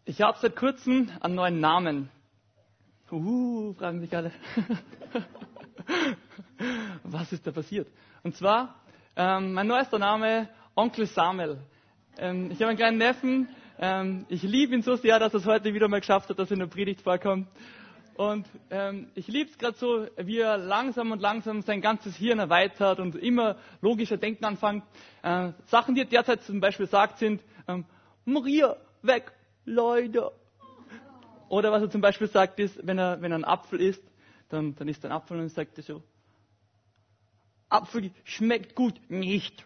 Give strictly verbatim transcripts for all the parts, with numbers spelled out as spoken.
Ich habe seit kurzem einen neuen Namen. Uh, fragen sich alle. Was ist da passiert? Und zwar, ähm, mein neuester Name, Onkel Samuel. Ähm, ich habe einen kleinen Neffen. Ähm, ich liebe ihn so sehr, dass er es heute wieder mal geschafft hat, dass er in der Predigt vorkommt. Und ähm, ich liebe es gerade so, wie er langsam und langsam sein ganzes Hirn erweitert und immer logischer denken anfängt. Äh, Sachen, die er derzeit zum Beispiel sagt, sind, ähm, Maria, weg, Leute. Oder was er zum Beispiel sagt, ist, wenn er, wenn er einen Apfel isst, dann, dann isst er einen Apfel und dann sagt er so, Apfel schmeckt gut, nicht.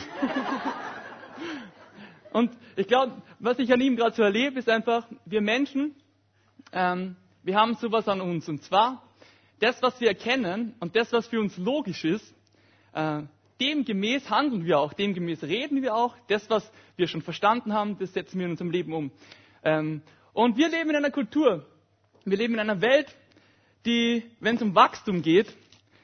Und ich glaube, was ich an ihm gerade so erlebe, ist einfach, wir Menschen, ähm, wir haben sowas an uns. Und zwar, das, was wir erkennen und das, was für uns logisch ist, äh, demgemäß handeln wir auch, demgemäß reden wir auch. Das, was wir schon verstanden haben, das setzen wir in unserem Leben um. Ähm, und wir leben in einer Kultur, wir leben in einer Welt, die, wenn es um Wachstum geht,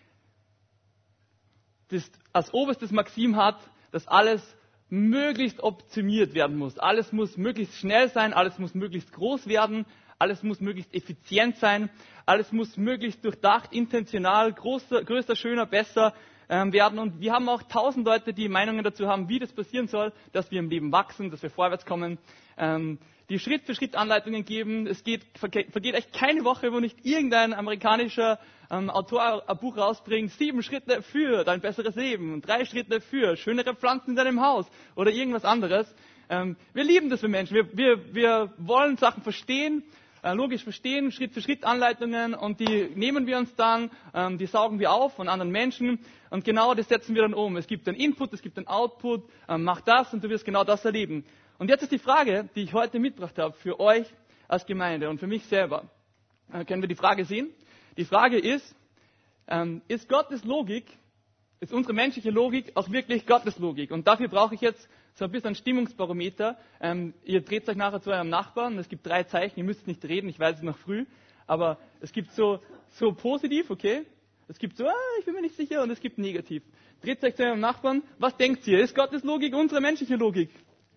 das als oberstes Maxim hat, dass alles möglichst optimiert werden muss. Alles muss möglichst schnell sein, alles muss möglichst groß werden, alles muss möglichst effizient sein, alles muss möglichst durchdacht, intentional, größer, größer schöner, besser ähm, werden. Und wir haben auch tausend Leute, die Meinungen dazu haben, wie das passieren soll, dass wir im Leben wachsen, dass wir vorwärts kommen, ähm, die Schritt für Schritt Anleitungen geben. Es geht, vergeht, vergeht echt keine Woche, wo nicht irgendein amerikanischer ähm, Autor ein Buch rausbringt, sieben Schritte für dein besseres Leben, drei Schritte für schönere Pflanzen in deinem Haus oder irgendwas anderes. Ähm, wir lieben das, wir Menschen. Wir, wir, wir wollen Sachen verstehen, äh, logisch verstehen, Schritt für Schritt Anleitungen, und die nehmen wir uns dann, ähm, die saugen wir auf von anderen Menschen, und genau das setzen wir dann um. Es gibt einen Input, es gibt einen Output, ähm, mach das und du wirst genau das erleben. Und jetzt ist die Frage, die ich heute mitgebracht habe für euch als Gemeinde und für mich selber. Äh, können wir die Frage sehen? Die Frage ist, ähm, ist Gottes Logik, ist unsere menschliche Logik auch wirklich Gottes Logik? Und dafür brauche ich jetzt so ein bisschen ein Stimmungsbarometer. Ähm, ihr dreht euch nachher zu eurem Nachbarn, es gibt drei Zeichen, ihr müsst nicht reden, ich weiß, es ist noch früh, aber es gibt so, so positiv, okay? Es gibt so, ah, ich bin mir nicht sicher, und es gibt negativ. Dreht euch zu eurem Nachbarn, was denkt ihr? Ist Gottes Logik unsere menschliche Logik?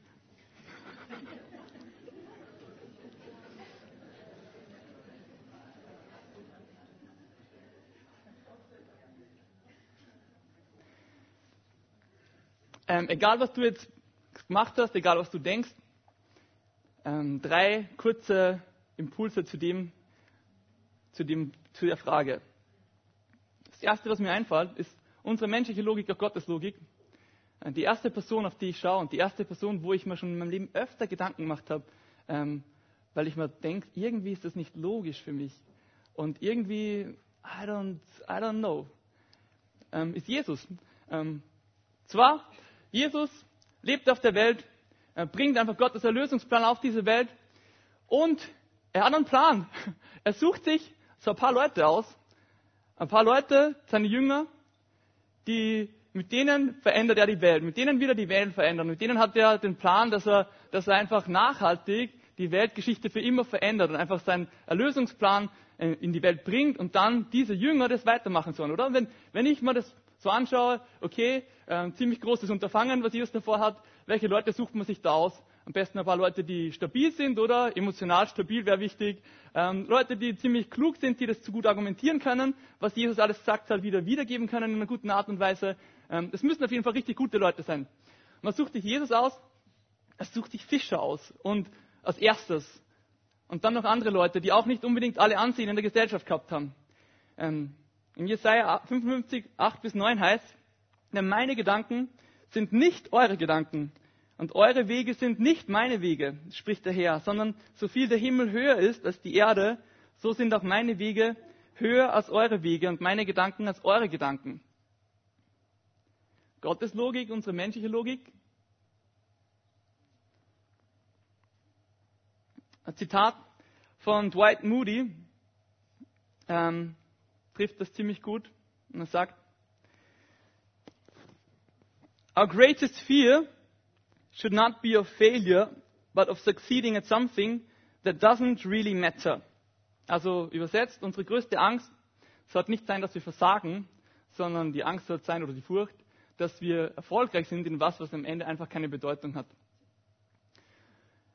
Ähm, egal, was du jetzt gemacht hast, egal, was du denkst, ähm, drei kurze Impulse zu dem, zu dem, zu der Frage. Das erste, was mir einfällt, ist unsere menschliche Logik auch Gottes Logik. Äh, die erste Person, auf die ich schaue, und die erste Person, wo ich mir schon in meinem Leben öfter Gedanken gemacht habe, ähm, weil ich mir denke, irgendwie ist das nicht logisch für mich. Und irgendwie, I don't, I don't know, ähm, ist Jesus. Ähm, zwar, Jesus lebt auf der Welt, er bringt einfach Gottes Erlösungsplan auf diese Welt, und er hat einen Plan. Er sucht sich so ein paar Leute aus, ein paar Leute, seine Jünger, die, mit denen verändert er die Welt, mit denen will er die Welt verändern, mit denen hat er den Plan, dass er, dass er einfach nachhaltig die Weltgeschichte für immer verändert und einfach seinen Erlösungsplan in die Welt bringt und dann diese Jünger das weitermachen sollen, oder? Wenn, wenn ich mir das so anschaue, okay, äh, ziemlich großes Unterfangen, was Jesus davor hat, welche Leute sucht man sich da aus? Am besten ein paar Leute, die stabil sind, oder? Emotional stabil wäre wichtig. Ähm, Leute, die ziemlich klug sind, die das zu gut argumentieren können, was Jesus alles sagt, halt wieder wiedergeben können in einer guten Art und Weise. Ähm, das müssen auf jeden Fall richtig gute Leute sein. Man sucht sich Jesus aus, er sucht sich Fischer aus, und als erstes. Und dann noch andere Leute, die auch nicht unbedingt alle Ansehen in der Gesellschaft gehabt haben. Ähm, in Jesaja fünfundfünfzig, acht bis neun heißt, denn meine Gedanken sind nicht eure Gedanken und eure Wege sind nicht meine Wege, spricht der Herr, sondern so viel der Himmel höher ist als die Erde, so sind auch meine Wege höher als eure Wege und meine Gedanken als eure Gedanken. Gottes Logik, unsere menschliche Logik. Ein Zitat von Dwight Moody ähm, trifft das ziemlich gut. Und er sagt, Our greatest fear should not be of failure, but of succeeding at something that doesn't really matter. Also übersetzt, unsere größte Angst sollte nicht sein, dass wir versagen, sondern die Angst sollte sein, oder die Furcht, dass wir erfolgreich sind in was, was am Ende einfach keine Bedeutung hat.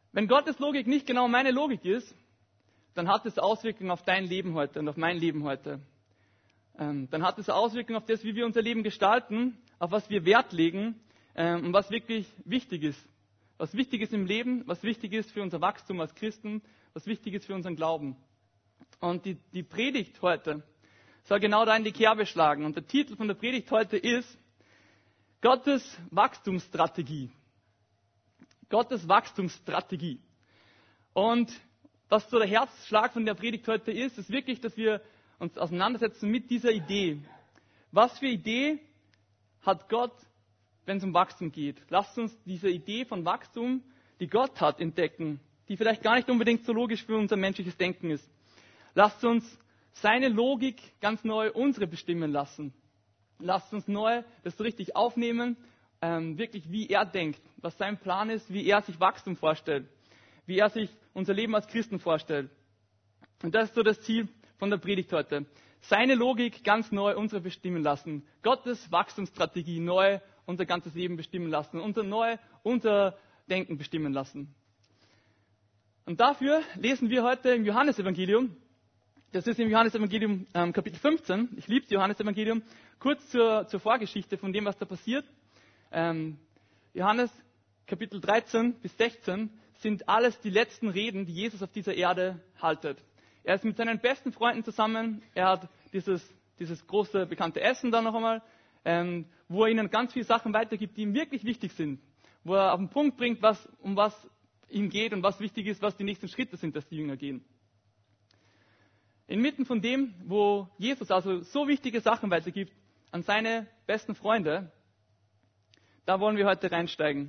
Wenn Gottes Logik nicht genau meine Logik ist, dann hat es Auswirkungen auf dein Leben heute und auf mein Leben heute. Ähm, dann hat es Auswirkungen auf das, wie wir unser Leben gestalten, auf was wir Wert legen ähm, und was wirklich wichtig ist. Was wichtig ist im Leben, was wichtig ist für unser Wachstum als Christen, was wichtig ist für unseren Glauben. Und die, die Predigt heute soll genau da in die Kerbe schlagen. Und der Titel von der Predigt heute ist Gottes Wachstumsstrategie. Gottes Wachstumsstrategie. Und was so der Herzschlag von der Predigt heute ist, ist wirklich, dass wir uns auseinandersetzen mit dieser Idee. Was für Idee hat Gott, wenn es um Wachstum geht? Lasst uns diese Idee von Wachstum, die Gott hat, entdecken, die vielleicht gar nicht unbedingt so logisch für unser menschliches Denken ist. Lasst uns seine Logik ganz neu unsere bestimmen lassen. Lasst uns neu das so richtig aufnehmen, ähm, wirklich wie er denkt, was sein Plan ist, wie er sich Wachstum vorstellt, wie er sich unser Leben als Christen vorstellt. Und das ist so das Ziel von der Predigt heute. Seine Logik ganz neu unsere bestimmen lassen. Gottes Wachstumsstrategie neu unser ganzes Leben bestimmen lassen. Unser neu unser Denken bestimmen lassen. Und dafür lesen wir heute im Johannesevangelium, das ist im Johannesevangelium ähm, Kapitel fünfzehn, ich liebe das Johannesevangelium, kurz zur, zur Vorgeschichte von dem, was da passiert. Ähm, Johannes Kapitel dreizehn bis sechzehn sind alles die letzten Reden, die Jesus auf dieser Erde haltet. Er ist mit seinen besten Freunden zusammen, er hat dieses, dieses große bekannte Essen da noch einmal, ähm, wo er ihnen ganz viele Sachen weitergibt, die ihm wirklich wichtig sind, wo er auf den Punkt bringt, was, um was ihm geht und was wichtig ist, was die nächsten Schritte sind, dass die Jünger gehen. Inmitten von dem, wo Jesus also so wichtige Sachen weitergibt an seine besten Freunde, da wollen wir heute reinsteigen.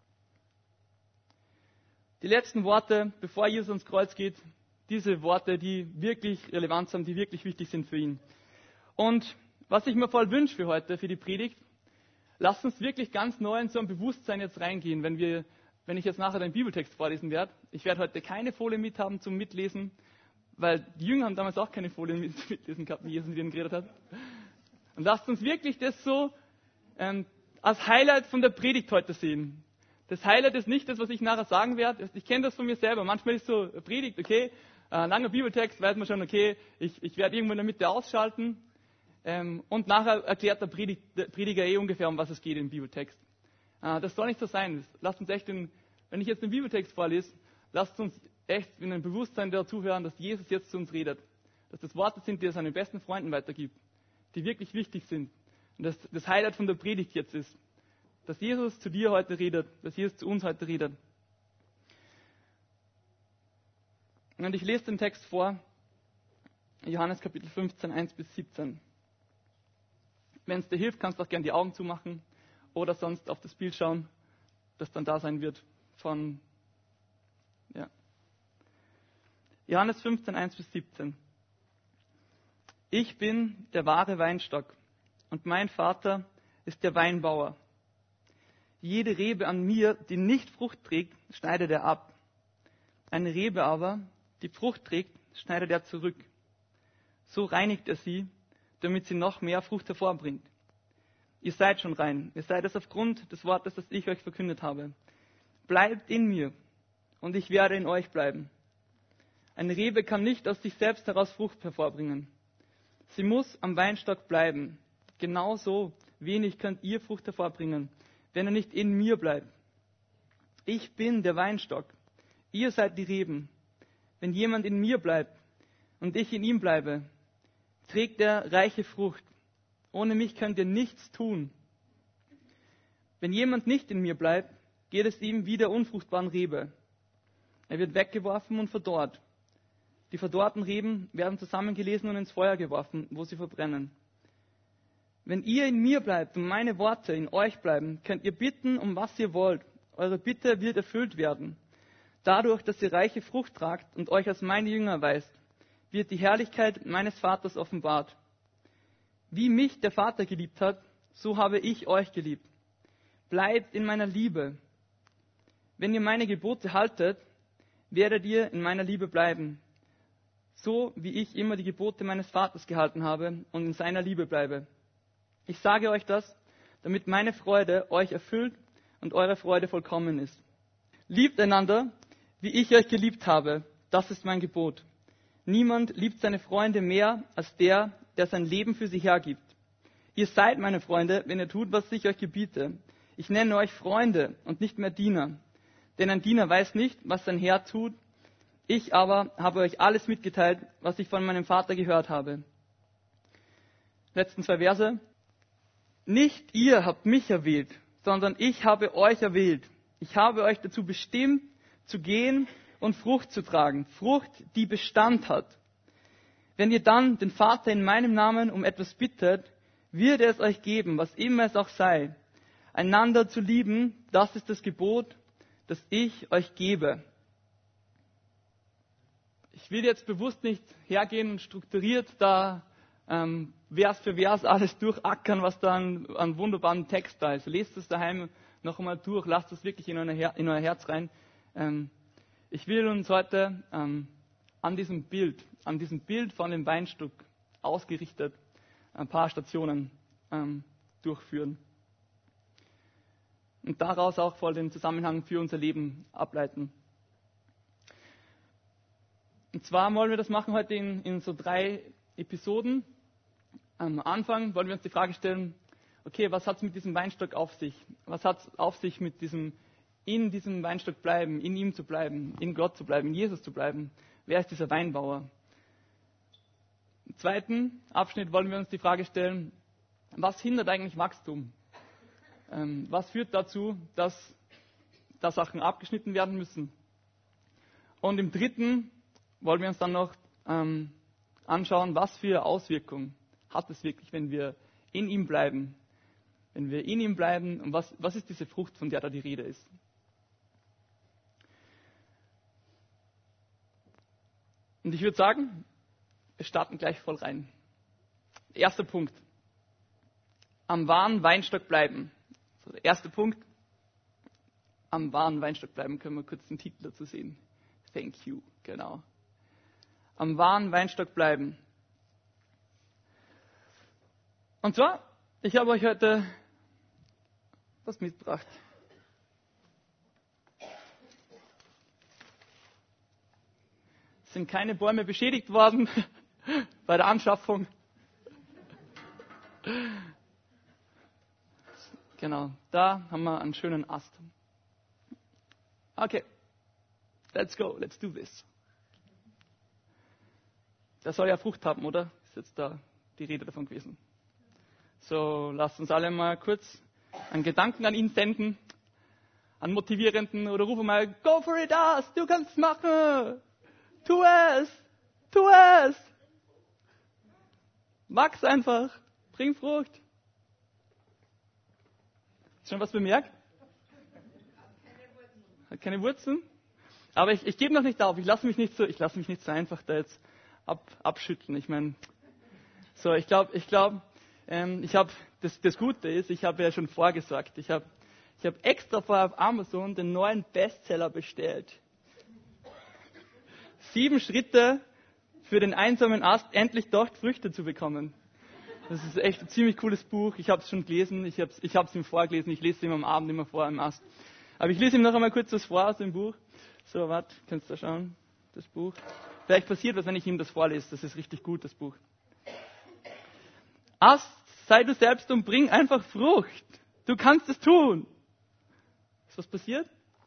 Die letzten Worte, bevor Jesus ans Kreuz geht, diese Worte, die wirklich Relevanz haben, die wirklich wichtig sind für ihn. Und was ich mir voll wünsche für heute, für die Predigt, lasst uns wirklich ganz neu in so ein Bewusstsein jetzt reingehen, wenn wir, wenn ich jetzt nachher den Bibeltext vorlesen werde. Ich werde heute keine Folie mit haben zum Mitlesen, weil die Jünger haben damals auch keine Folie mitlesen gehabt, wie Jesus mit ihnen geredet hat. Und lasst uns wirklich das so ähm, als Highlight von der Predigt heute sehen. Das Highlight ist nicht das, was ich nachher sagen werde. Ich kenne das von mir selber. Manchmal ist so eine Predigt, okay, ein langer Bibeltext, weiß man schon, okay, ich, ich werde irgendwo in der Mitte ausschalten. Ähm, und nachher erklärt der, Predigt, der Prediger eh ungefähr, um was es geht im Bibeltext. Äh, das soll nicht so sein. Lasst uns echt, in, wenn ich jetzt den Bibeltext vorlese, lasst uns echt in ein Bewusstsein dazu hören, dass Jesus jetzt zu uns redet. Dass das Worte sind, die er seinen besten Freunden weitergibt, die wirklich wichtig sind. Und dass das Highlight von der Predigt jetzt ist, dass Jesus zu dir heute redet, dass Jesus zu uns heute redet. Und ich lese den Text vor, Johannes Kapitel fünfzehn, eins bis siebzehn. Wenn es dir hilft, kannst du auch gerne die Augen zumachen oder sonst auf das Bild schauen, das dann da sein wird von ja. Johannes fünfzehn, eins bis siebzehn. Ich bin der wahre Weinstock und mein Vater ist der Weinbauer. Jede Rebe an mir, die nicht Frucht trägt, schneidet er ab. Eine Rebe aber, die Frucht trägt, schneidet er zurück. So reinigt er sie, damit sie noch mehr Frucht hervorbringt. Ihr seid schon rein, ihr seid es aufgrund des Wortes, das ich euch verkündet habe. Bleibt in mir und ich werde in euch bleiben. Eine Rebe kann nicht aus sich selbst heraus Frucht hervorbringen. Sie muss am Weinstock bleiben. Genauso wenig könnt ihr Frucht hervorbringen, wenn er nicht in mir bleibt. Ich bin der Weinstock, ihr seid die Reben. Wenn jemand in mir bleibt und ich in ihm bleibe, trägt er reiche Frucht. Ohne mich könnt ihr nichts tun. Wenn jemand nicht in mir bleibt, geht es ihm wie der unfruchtbaren Rebe. Er wird weggeworfen und verdorrt. Die verdorrten Reben werden zusammengelesen und ins Feuer geworfen, wo sie verbrennen. Wenn ihr in mir bleibt und meine Worte in euch bleiben, könnt ihr bitten, um was ihr wollt. Eure Bitte wird erfüllt werden. Dadurch, dass ihr reiche Frucht tragt und euch als meine Jünger erweist, wird die Herrlichkeit meines Vaters offenbart. Wie mich der Vater geliebt hat, so habe ich euch geliebt. Bleibt in meiner Liebe. Wenn ihr meine Gebote haltet, werdet ihr in meiner Liebe bleiben. So wie ich immer die Gebote meines Vaters gehalten habe und in seiner Liebe bleibe. Ich sage euch das, damit meine Freude euch erfüllt und eure Freude vollkommen ist. Liebt einander, wie ich euch geliebt habe. Das ist mein Gebot. Niemand liebt seine Freunde mehr als der, der sein Leben für sie hergibt. Ihr seid meine Freunde, wenn ihr tut, was ich euch gebiete. Ich nenne euch Freunde und nicht mehr Diener. Denn ein Diener weiß nicht, was sein Herr tut. Ich aber habe euch alles mitgeteilt, was ich von meinem Vater gehört habe. Letzten zwei Verse. Nicht ihr habt mich erwählt, sondern ich habe euch erwählt. Ich habe euch dazu bestimmt, zu gehen und Frucht zu tragen. Frucht, die Bestand hat. Wenn ihr dann den Vater in meinem Namen um etwas bittet, wird er es euch geben, was immer es auch sei. Einander zu lieben, das ist das Gebot, das ich euch gebe. Ich will jetzt bewusst nicht hergehen und strukturiert da ähm, Vers für Vers alles durchackern, was da an, an wunderbaren Text da ist. Lest es daheim noch einmal durch, lasst es wirklich in euer, Her- in euer Herz rein. Ähm, ich will uns heute ähm, an diesem Bild, an diesem Bild von dem Weinstock ausgerichtet ein paar Stationen ähm, durchführen. Und daraus auch voll den Zusammenhang für unser Leben ableiten. Und zwar wollen wir das machen heute in, in so drei Episoden. Am Anfang wollen wir uns die Frage stellen, okay, was hat es mit diesem Weinstock auf sich? Was hat es auf sich mit diesem, in diesem Weinstock bleiben, in ihm zu bleiben, in Gott zu bleiben, in Jesus zu bleiben? Wer ist dieser Weinbauer? Im zweiten Abschnitt wollen wir uns die Frage stellen, was hindert eigentlich Wachstum? Ähm, was führt dazu, dass da Sachen abgeschnitten werden müssen? Und im dritten wollen wir uns dann noch ähm, anschauen, was für Auswirkungen hat es wirklich, wenn wir in ihm bleiben. Wenn wir in ihm bleiben, und was, was ist diese Frucht, von der da die Rede ist? Und ich würde sagen, wir starten gleich voll rein. Erster Punkt. Am wahren Weinstock bleiben. So, der erste Punkt. Am wahren Weinstock bleiben, können wir kurz den Titel dazu sehen. Thank you, genau. Am wahren Weinstock bleiben. Und zwar, ich habe euch heute was mitgebracht. Es sind keine Bäume beschädigt worden bei der Anschaffung. Genau, da haben wir einen schönen Ast. Okay, let's go, let's do this. Der soll ja Frucht haben, oder? Ist jetzt da die Rede davon gewesen. So, lasst uns alle mal kurz einen Gedanken an ihn senden, einen motivierenden, oder rufen mal, go for it, Ast, du kannst es machen, tu es, tu es. Wachs einfach, bring Frucht. Hast du schon was bemerkt? Hat keine Wurzeln. Aber ich, ich gebe noch nicht auf. Ich lasse mich nicht so, ich lasse mich nicht so einfach da jetzt ab, abschütteln. Ich meine, so, ich glaube, ich glaube, ähm, ich habe das, das Gute ist, ich habe ja schon vorgesagt. Ich habe, ich habe extra vorher auf Amazon den neuen Bestseller bestellt. Sieben Schritte für den einsamen Ast, endlich dort Früchte zu bekommen. Das ist echt ein ziemlich cooles Buch. Ich habe es schon gelesen, ich habe es ich hab's ihm vorgelesen, ich lese es ihm am Abend immer vor im Ast. Aber ich lese ihm noch einmal kurz was vor aus dem Buch. So, warte, kannst du da schauen, das Buch. Vielleicht passiert was, wenn ich ihm das vorlese. Das ist richtig gut, das Buch. Ast, sei du selbst und bring einfach Frucht. Du kannst es tun. Ist was passiert?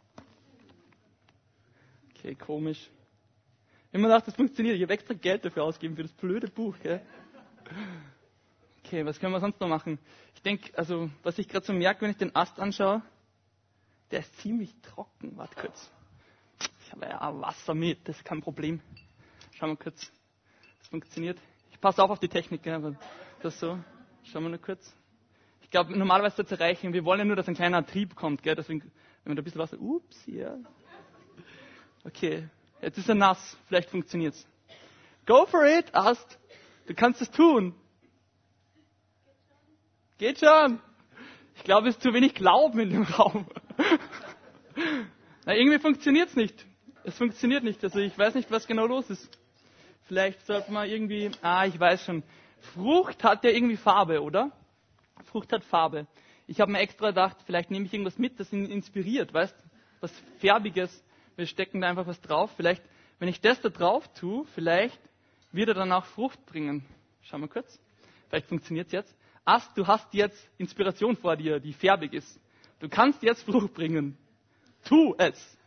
Okay, komisch. Immer gedacht, das funktioniert. Ich habe extra Geld dafür ausgegeben, für das blöde Buch. Gell? Okay, was können wir sonst noch machen? Ich denke, also, was ich gerade so merke, wenn ich den Ast anschaue, der ist ziemlich trocken. Warte kurz. Ich habe ja Wasser mit, das ist kein Problem. Schauen wir kurz. Das funktioniert. Ich passe auf auf die Technik, gell, aber das so. Schauen wir nur kurz. Ich glaube, normalerweise wird es erreichen. Wir wollen ja nur, dass ein kleiner Trieb kommt, gell? Deswegen, wenn wir da ein bisschen Wasser. Ups, ja. Okay, jetzt ist er nass. Vielleicht funktioniert's. Go for it, Ast. Du kannst es tun. Geht schon. Ich glaube, es ist zu wenig Glauben in dem Raum. Na, irgendwie funktioniert es nicht. Es funktioniert nicht. Also ich weiß nicht, was genau los ist. Vielleicht sollte man irgendwie... Ah, ich weiß schon. Frucht hat ja irgendwie Farbe, oder? Frucht hat Farbe. Ich habe mir extra gedacht, vielleicht nehme ich irgendwas mit, das ihn inspiriert, weißt? Was Färbiges wir stecken da einfach was drauf. Vielleicht, wenn ich das da drauf tue, vielleicht wird er dann auch Frucht bringen. Schauen wir kurz. Vielleicht funktioniert es jetzt. Ast, du hast jetzt Inspiration vor dir, die färbig ist. Du kannst jetzt Frucht bringen. Tu es.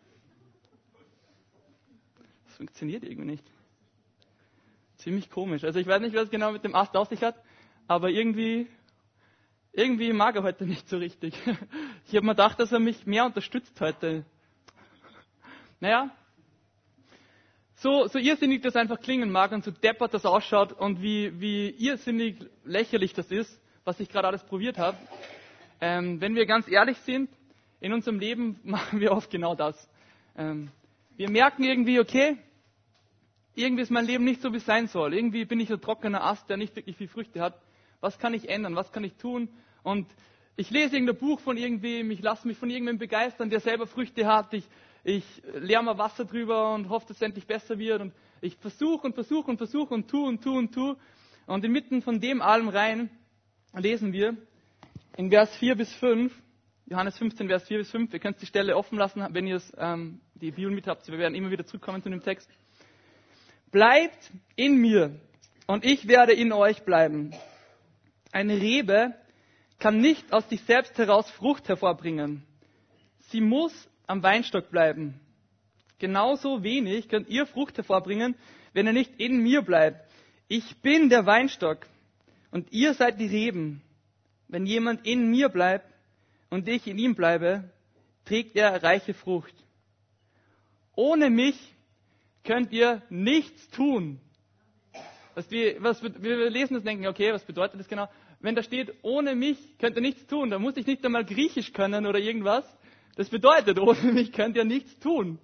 Das funktioniert irgendwie nicht. Ziemlich komisch. Also ich weiß nicht, was es genau mit dem Ast auf sich hat, aber irgendwie, irgendwie mag er heute nicht so richtig. Ich habe mir gedacht, dass er mich mehr unterstützt heute. Naja, so, so irrsinnig das einfach klingen mag und so deppert das ausschaut und wie, wie irrsinnig lächerlich das ist, was ich gerade alles probiert habe. Ähm, wenn wir ganz ehrlich sind, in unserem Leben machen wir oft genau das. Ähm, wir merken irgendwie, okay, irgendwie ist mein Leben nicht so, wie es sein soll. Irgendwie bin ich ein trockener Ast, der nicht wirklich viel Früchte hat. Was kann ich ändern? Was kann ich tun? Und ich lese irgendein Buch von irgendwem, ich lasse mich von irgendwem begeistern, der selber Früchte hat. Ich, ich leere mal Wasser drüber und hoffe, dass es endlich besser wird. Und ich versuche und versuche und versuche und tue und tue und tue. Und inmitten von dem allem rein lesen wir in Vers vier bis fünf, Johannes fünfzehn, Vers vier bis fünf. Ihr könnt die Stelle offen lassen, wenn ihr ähm, die Bibel mit habt. Wir werden immer wieder zurückkommen zu dem Text. Bleibt in mir und ich werde in euch bleiben. Eine Rebe kann nicht aus sich selbst heraus Frucht hervorbringen. Sie muss am Weinstock bleiben. Genauso wenig könnt ihr Frucht hervorbringen, wenn ihr nicht in mir bleibt. Ich bin der Weinstock und ihr seid die Reben. Wenn jemand in mir bleibt und ich in ihm bleibe, trägt er reiche Frucht. Ohne mich könnt ihr nichts tun. Was wir, was wir, wir lesen das und denken, okay, was bedeutet das genau? Wenn da steht, ohne mich könnt ihr nichts tun, dann muss ich nicht einmal Griechisch können oder irgendwas. Das bedeutet, ohne mich könnt ihr nichts tun.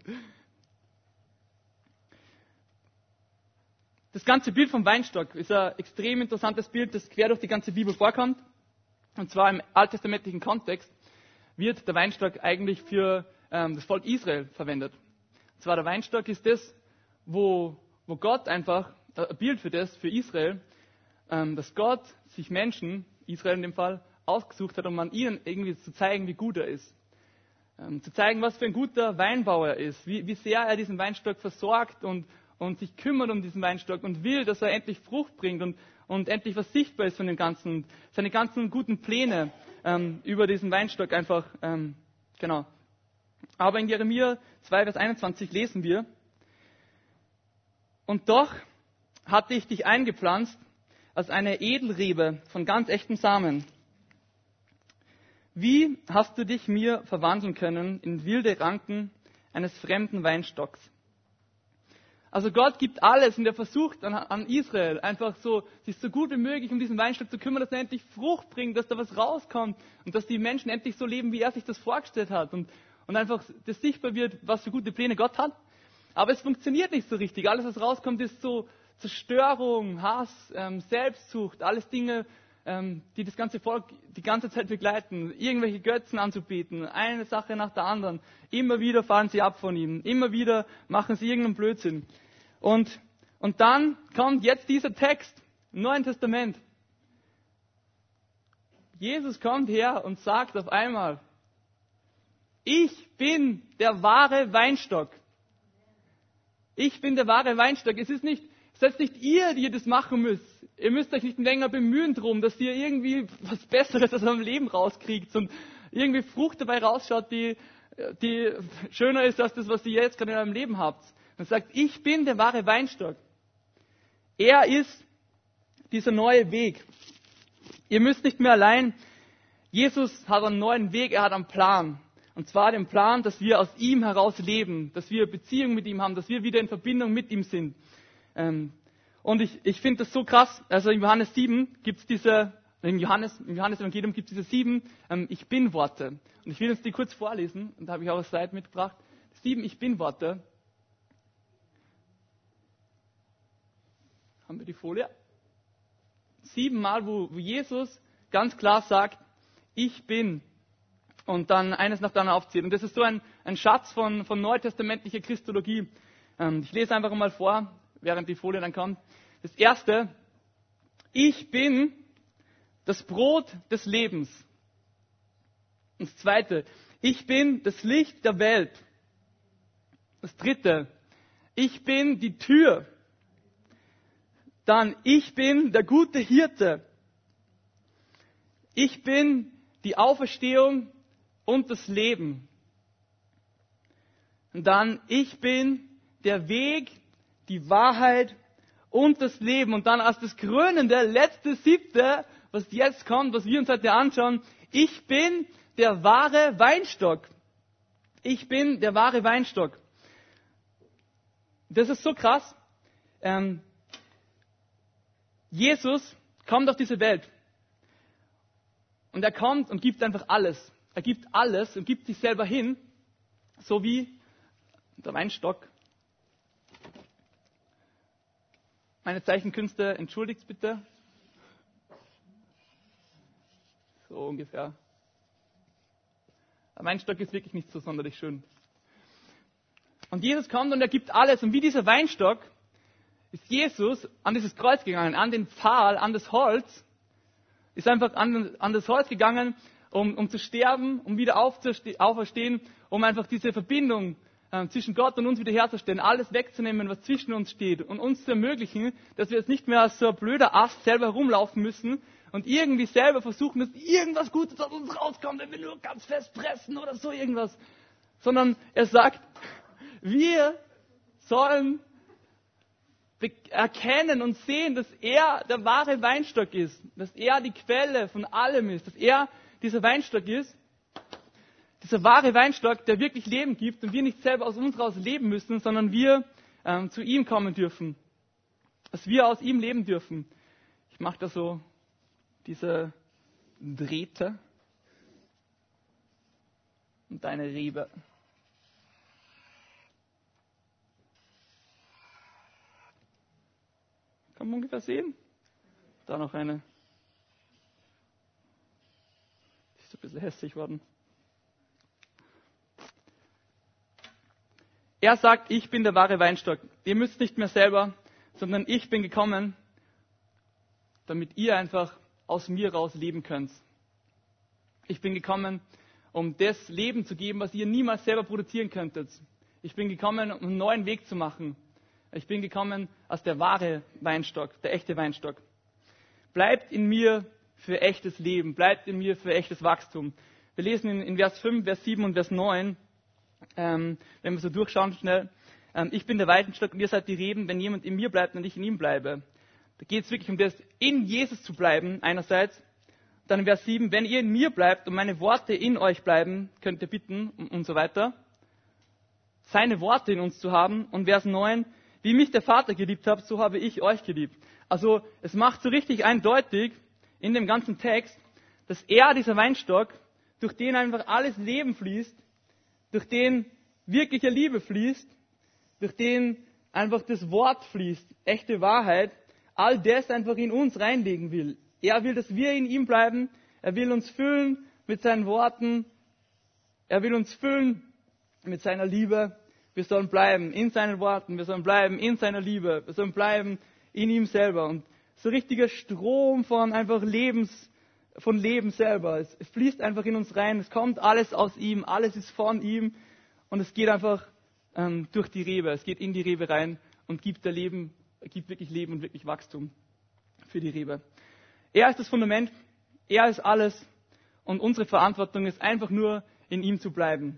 Das ganze Bild vom Weinstock ist ein extrem interessantes Bild, das quer durch die ganze Bibel vorkommt. Und zwar im alttestamentlichen Kontext wird der Weinstock eigentlich für ähm, das Volk Israel verwendet. Und zwar der Weinstock ist das, wo, wo Gott einfach, äh, ein Bild für das, für Israel, ähm, dass Gott sich Menschen, Israel in dem Fall, ausgesucht hat, um an ihnen irgendwie zu zeigen, wie gut er ist. Ähm, zu zeigen, was für ein guter Weinbauer er ist, wie, wie sehr er diesen Weinstock versorgt und, und sich kümmert um diesen Weinstock und will, dass er endlich Frucht bringt und, und endlich was sichtbar ist von dem Ganzen, seine ganzen guten Pläne ähm, über diesen Weinstock einfach, ähm, genau. Aber in Jeremia zwei, Vers einundzwanzig lesen wir, und doch hatte ich dich eingepflanzt als eine Edelrebe von ganz echtem Samen. Wie hast du dich mir verwandeln können in wilde Ranken eines fremden Weinstocks? Also Gott gibt alles und er versucht an, an Israel einfach so, sich so gut wie möglich um diesen Weinstock zu kümmern, dass er endlich Frucht bringt, dass da was rauskommt und dass die Menschen endlich so leben, wie er sich das vorgestellt hat und, und einfach das sichtbar wird, was für gute Pläne Gott hat. Aber es funktioniert nicht so richtig. Alles, was rauskommt, ist so Zerstörung, Hass, ähm, Selbstsucht, alles Dinge, ähm, die das ganze Volk die ganze Zeit begleiten. Irgendwelche Götzen anzubeten, eine Sache nach der anderen. Immer wieder fallen sie ab von ihm. Immer wieder machen sie irgendeinen Blödsinn. Und, und dann kommt jetzt dieser Text im Neuen Testament. Jesus kommt her und sagt auf einmal, ich bin der wahre Weinstock. Ich bin der wahre Weinstock. Es ist nicht, es ist nicht ihr, die ihr das machen müsst. Ihr müsst euch nicht länger bemühen drum, dass ihr irgendwie was Besseres aus eurem Leben rauskriegt und irgendwie Frucht dabei rausschaut, die, die schöner ist als das, was ihr jetzt gerade in eurem Leben habt. Er sagt, ich bin der wahre Weinstock. Er ist dieser neue Weg. Ihr müsst nicht mehr allein. Jesus hat einen neuen Weg, er hat einen Plan. Und zwar den Plan, dass wir aus ihm heraus leben, dass wir Beziehung mit ihm haben, dass wir wieder in Verbindung mit ihm sind. Ähm, und ich, ich finde das so krass. Also in Johannes sieben gibt es diese, im Johannes, im Johannes-Evangelium gibt es diese sieben ähm, Ich Bin-Worte. Und ich will uns die kurz vorlesen. Und da habe ich auch eine Slide mitgebracht. Sieben Ich Bin-Worte. Haben wir die Folie? Siebenmal, wo, wo Jesus ganz klar sagt, ich bin. Und dann eines nach dem anderen aufzählt. Und das ist so ein, ein Schatz von, von neutestamentlicher Christologie. Ähm, ich lese einfach mal vor, während die Folie dann kommt. Das erste, ich bin das Brot des Lebens. Und das zweite, ich bin das Licht der Welt. Das dritte, ich bin die Tür. Dann, ich bin der gute Hirte. Ich bin die Auferstehung und das Leben. Und dann, ich bin der Weg, die Wahrheit und das Leben. Und dann als das krönende, letzte, siebte, was jetzt kommt, was wir uns heute anschauen, ich bin der wahre Weinstock. Ich bin der wahre Weinstock. Das ist so krass. Ähm, Jesus kommt auf diese Welt. Und er kommt und gibt einfach alles. Er gibt alles und gibt sich selber hin, so wie der Weinstock. Meine Zeichenkünste, entschuldigt bitte. So ungefähr. Der Weinstock ist wirklich nicht so sonderlich schön. Und Jesus kommt und er gibt alles. Und wie dieser Weinstock ist Jesus an dieses Kreuz gegangen, an den Pfahl, an das Holz. Ist einfach an, an das Holz gegangen, um, um zu sterben, um wieder auferstehen, um einfach diese Verbindung äh, zwischen Gott und uns wiederherzustellen, alles wegzunehmen, was zwischen uns steht und uns zu ermöglichen, dass wir jetzt nicht mehr als so ein blöder Ast selber herumlaufen müssen und irgendwie selber versuchen, dass irgendwas Gutes aus uns rauskommt, wenn wir nur ganz fest pressen oder so irgendwas. Sondern er sagt, wir sollen erkennen und sehen, dass er der wahre Weinstock ist, dass er die Quelle von allem ist, dass er dieser Weinstock ist, dieser wahre Weinstock, der wirklich Leben gibt und wir nicht selber aus uns raus leben müssen, sondern wir ähm, zu ihm kommen dürfen, dass wir aus ihm leben dürfen. Ich mache da so diese Drähte und deine Rebe. Kann man ungefähr sehen? Da noch eine. Die ist ein bisschen hässlich worden. Er sagt, ich bin der wahre Weinstock. Ihr müsst nicht mehr selber, sondern ich bin gekommen, damit ihr einfach aus mir raus leben könnt. Ich bin gekommen, um das Leben zu geben, was ihr niemals selber produzieren könntet. Ich bin gekommen, um einen neuen Weg zu machen. Ich bin gekommen als der wahre Weinstock, der echte Weinstock. Bleibt in mir für echtes Leben, bleibt in mir für echtes Wachstum. Wir lesen in, in Vers fünf, Vers sieben und Vers neun, ähm, wenn wir so durchschauen schnell. Ähm, ich bin der Weinstock und ihr seid die Reben, wenn jemand in mir bleibt und ich in ihm bleibe. Da geht es wirklich um das, in Jesus zu bleiben einerseits. Dann in Vers sieben, wenn ihr in mir bleibt und meine Worte in euch bleiben, könnt ihr bitten und, und so weiter. Seine Worte in uns zu haben. Und Vers neun, wie mich der Vater geliebt hat, so habe ich euch geliebt. Also es macht so richtig eindeutig in dem ganzen Text, dass er, dieser Weinstock, durch den einfach alles Leben fließt, durch den wirkliche Liebe fließt, durch den einfach das Wort fließt, echte Wahrheit, all das einfach in uns reinlegen will. Er will, dass wir in ihm bleiben, er will uns füllen mit seinen Worten, er will uns füllen mit seiner Liebe. Wir sollen bleiben in seinen Worten, wir sollen bleiben in seiner Liebe, wir sollen bleiben in ihm selber. Und so ein richtiger Strom von einfach Lebens, von Leben selber. Es, es fließt einfach in uns rein, es kommt alles aus ihm, alles ist von ihm und es geht einfach ähm, durch die Rebe, es geht in die Rebe rein und gibt der Leben, gibt wirklich Leben und wirklich Wachstum für die Rebe. Er ist das Fundament, er ist alles und unsere Verantwortung ist einfach nur in ihm zu bleiben.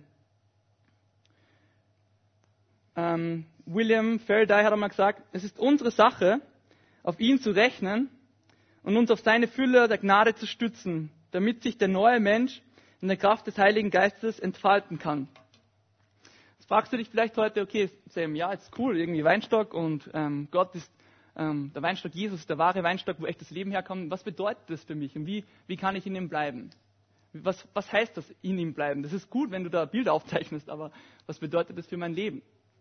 Ähm, William Faraday hat einmal gesagt, es ist unsere Sache, auf ihn zu rechnen und uns auf seine Fülle der Gnade zu stützen, damit sich der neue Mensch in der Kraft des Heiligen Geistes entfalten kann. Jetzt fragst du dich vielleicht heute, okay, Sam, ja, ist cool, irgendwie Weinstock und ähm, Gott ist, ähm, der Weinstock Jesus ist der wahre Weinstock, wo echtes Leben herkommt. Was bedeutet das für mich und wie, wie kann ich in ihm bleiben? Was, was heißt das, in ihm bleiben? Das ist gut, wenn du da Bilder aufzeichnest, aber was bedeutet das für mein Leben?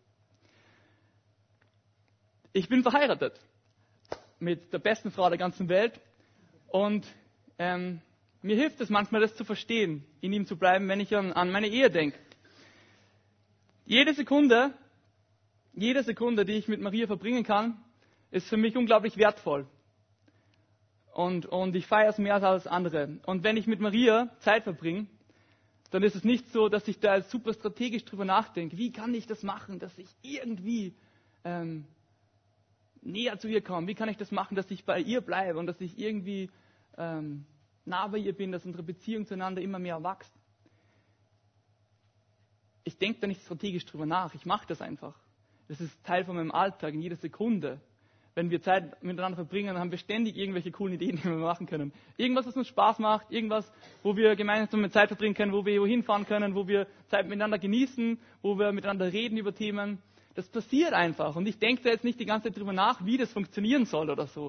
Ich bin verheiratet mit der besten Frau der ganzen Welt und ähm, mir hilft es manchmal, das zu verstehen, in ihm zu bleiben, wenn ich an, an meine Ehe denke. Jede Sekunde, jede Sekunde, die ich mit Maria verbringen kann, ist für mich unglaublich wertvoll. Und, und ich feiere es mehr als alles andere. Und wenn ich mit Maria Zeit verbringe, dann ist es nicht so, dass ich da super strategisch drüber nachdenke. Wie kann ich das machen, dass ich irgendwie ähm, näher zu ihr komme? Wie kann ich das machen, dass ich bei ihr bleibe und dass ich irgendwie ähm, nah bei ihr bin, dass unsere Beziehung zueinander immer mehr wächst? Ich denke da nicht strategisch drüber nach. Ich mache das einfach. Das ist Teil von meinem Alltag, in jeder Sekunde. Wenn wir Zeit miteinander verbringen, haben wir ständig irgendwelche coolen Ideen, die wir machen können. Irgendwas, was uns Spaß macht, irgendwas, wo wir gemeinsam Zeit verbringen können, wo wir wohin fahren können, wo wir Zeit miteinander genießen, wo wir miteinander reden über Themen. Das passiert einfach. Und ich denke da jetzt nicht die ganze Zeit drüber nach, wie das funktionieren soll oder so.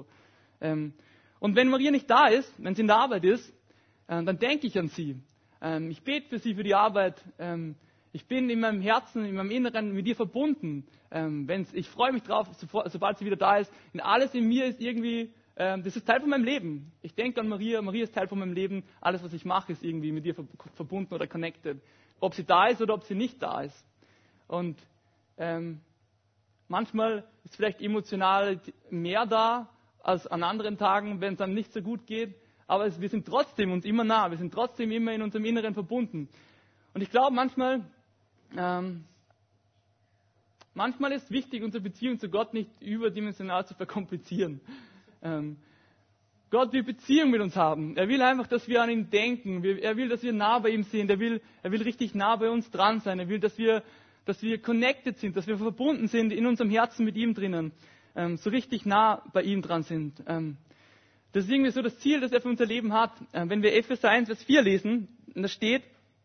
Und wenn Maria nicht da ist, wenn sie in der Arbeit ist, dann denke ich an sie. Ich bete für sie, für die Arbeit. Ich bin in meinem Herzen, in meinem Inneren mit ihr verbunden. Ähm, wenn's, ich freue mich drauf, sofort, sobald sie wieder da ist. Und alles in mir ist irgendwie, ähm, das ist Teil von meinem Leben. Ich denke an Maria, Maria ist Teil von meinem Leben. Alles, was ich mache, ist irgendwie mit ihr verbunden oder connected. Ob sie da ist oder ob sie nicht da ist. Und ähm, manchmal ist vielleicht emotional mehr da als an anderen Tagen, wenn es einem nicht so gut geht. Aber es, wir sind trotzdem uns immer nah. Wir sind trotzdem immer in unserem Inneren verbunden. Und ich glaube manchmal, Ähm, manchmal ist wichtig, unsere Beziehung zu Gott nicht überdimensional zu verkomplizieren. Ähm, Gott will Beziehung mit uns haben. Er will einfach, dass wir an ihn denken. Wir, er will, dass wir nah bei ihm sind. Er will, er will richtig nah bei uns dran sein. Er will, dass wir, dass wir connected sind, dass wir verbunden sind in unserem Herzen mit ihm drinnen. Ähm, so richtig nah bei ihm dran sind. Ähm, das ist irgendwie so das Ziel, das er für unser Leben hat. Ähm, wenn wir Epheser eins, Vers vier lesen, da steht,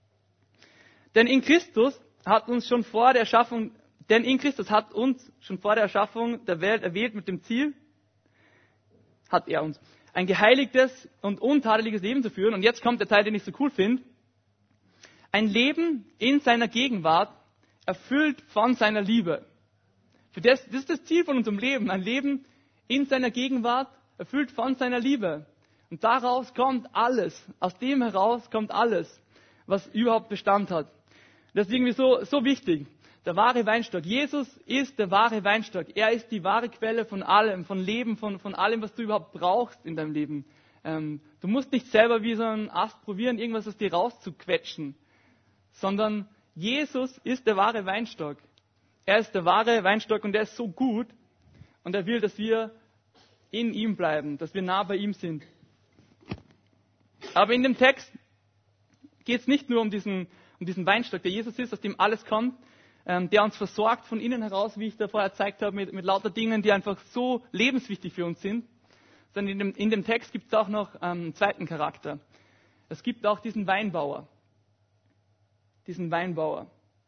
denn in Christus hat uns schon vor der Erschaffung, denn in Christus hat uns schon vor der Erschaffung der Welt erwählt mit dem Ziel, hat er uns, ein geheiligtes und untadeliges Leben zu führen. Und jetzt kommt der Teil, den ich so cool finde. Ein Leben in seiner Gegenwart, erfüllt von seiner Liebe. Für das, das ist das Ziel von unserem Leben. Ein Leben in seiner Gegenwart, erfüllt von seiner Liebe. Und daraus kommt alles. Aus dem heraus kommt alles, was überhaupt Bestand hat. Das ist irgendwie so, so wichtig. Der wahre Weinstock. Jesus ist der wahre Weinstock. Er ist die wahre Quelle von allem, von Leben, von, von allem, was du überhaupt brauchst in deinem Leben. Ähm, du musst nicht selber wie so ein Ast probieren, irgendwas aus dir rauszuquetschen, sondern Jesus ist der wahre Weinstock. Er ist der wahre Weinstock und er ist so gut und er will, dass wir in ihm bleiben, dass wir nah bei ihm sind. Aber in dem Text geht es nicht nur um diesen, um diesen Weinstock, der Jesus ist, aus dem alles kommt, ähm, der uns versorgt von innen heraus, wie ich da vorher gezeigt habe, mit, mit lauter Dingen, die einfach so lebenswichtig für uns sind. Sondern in dem, in dem Text gibt es auch noch ähm, einen zweiten Charakter. Es gibt auch diesen Weinbauer. Diesen Weinbauer,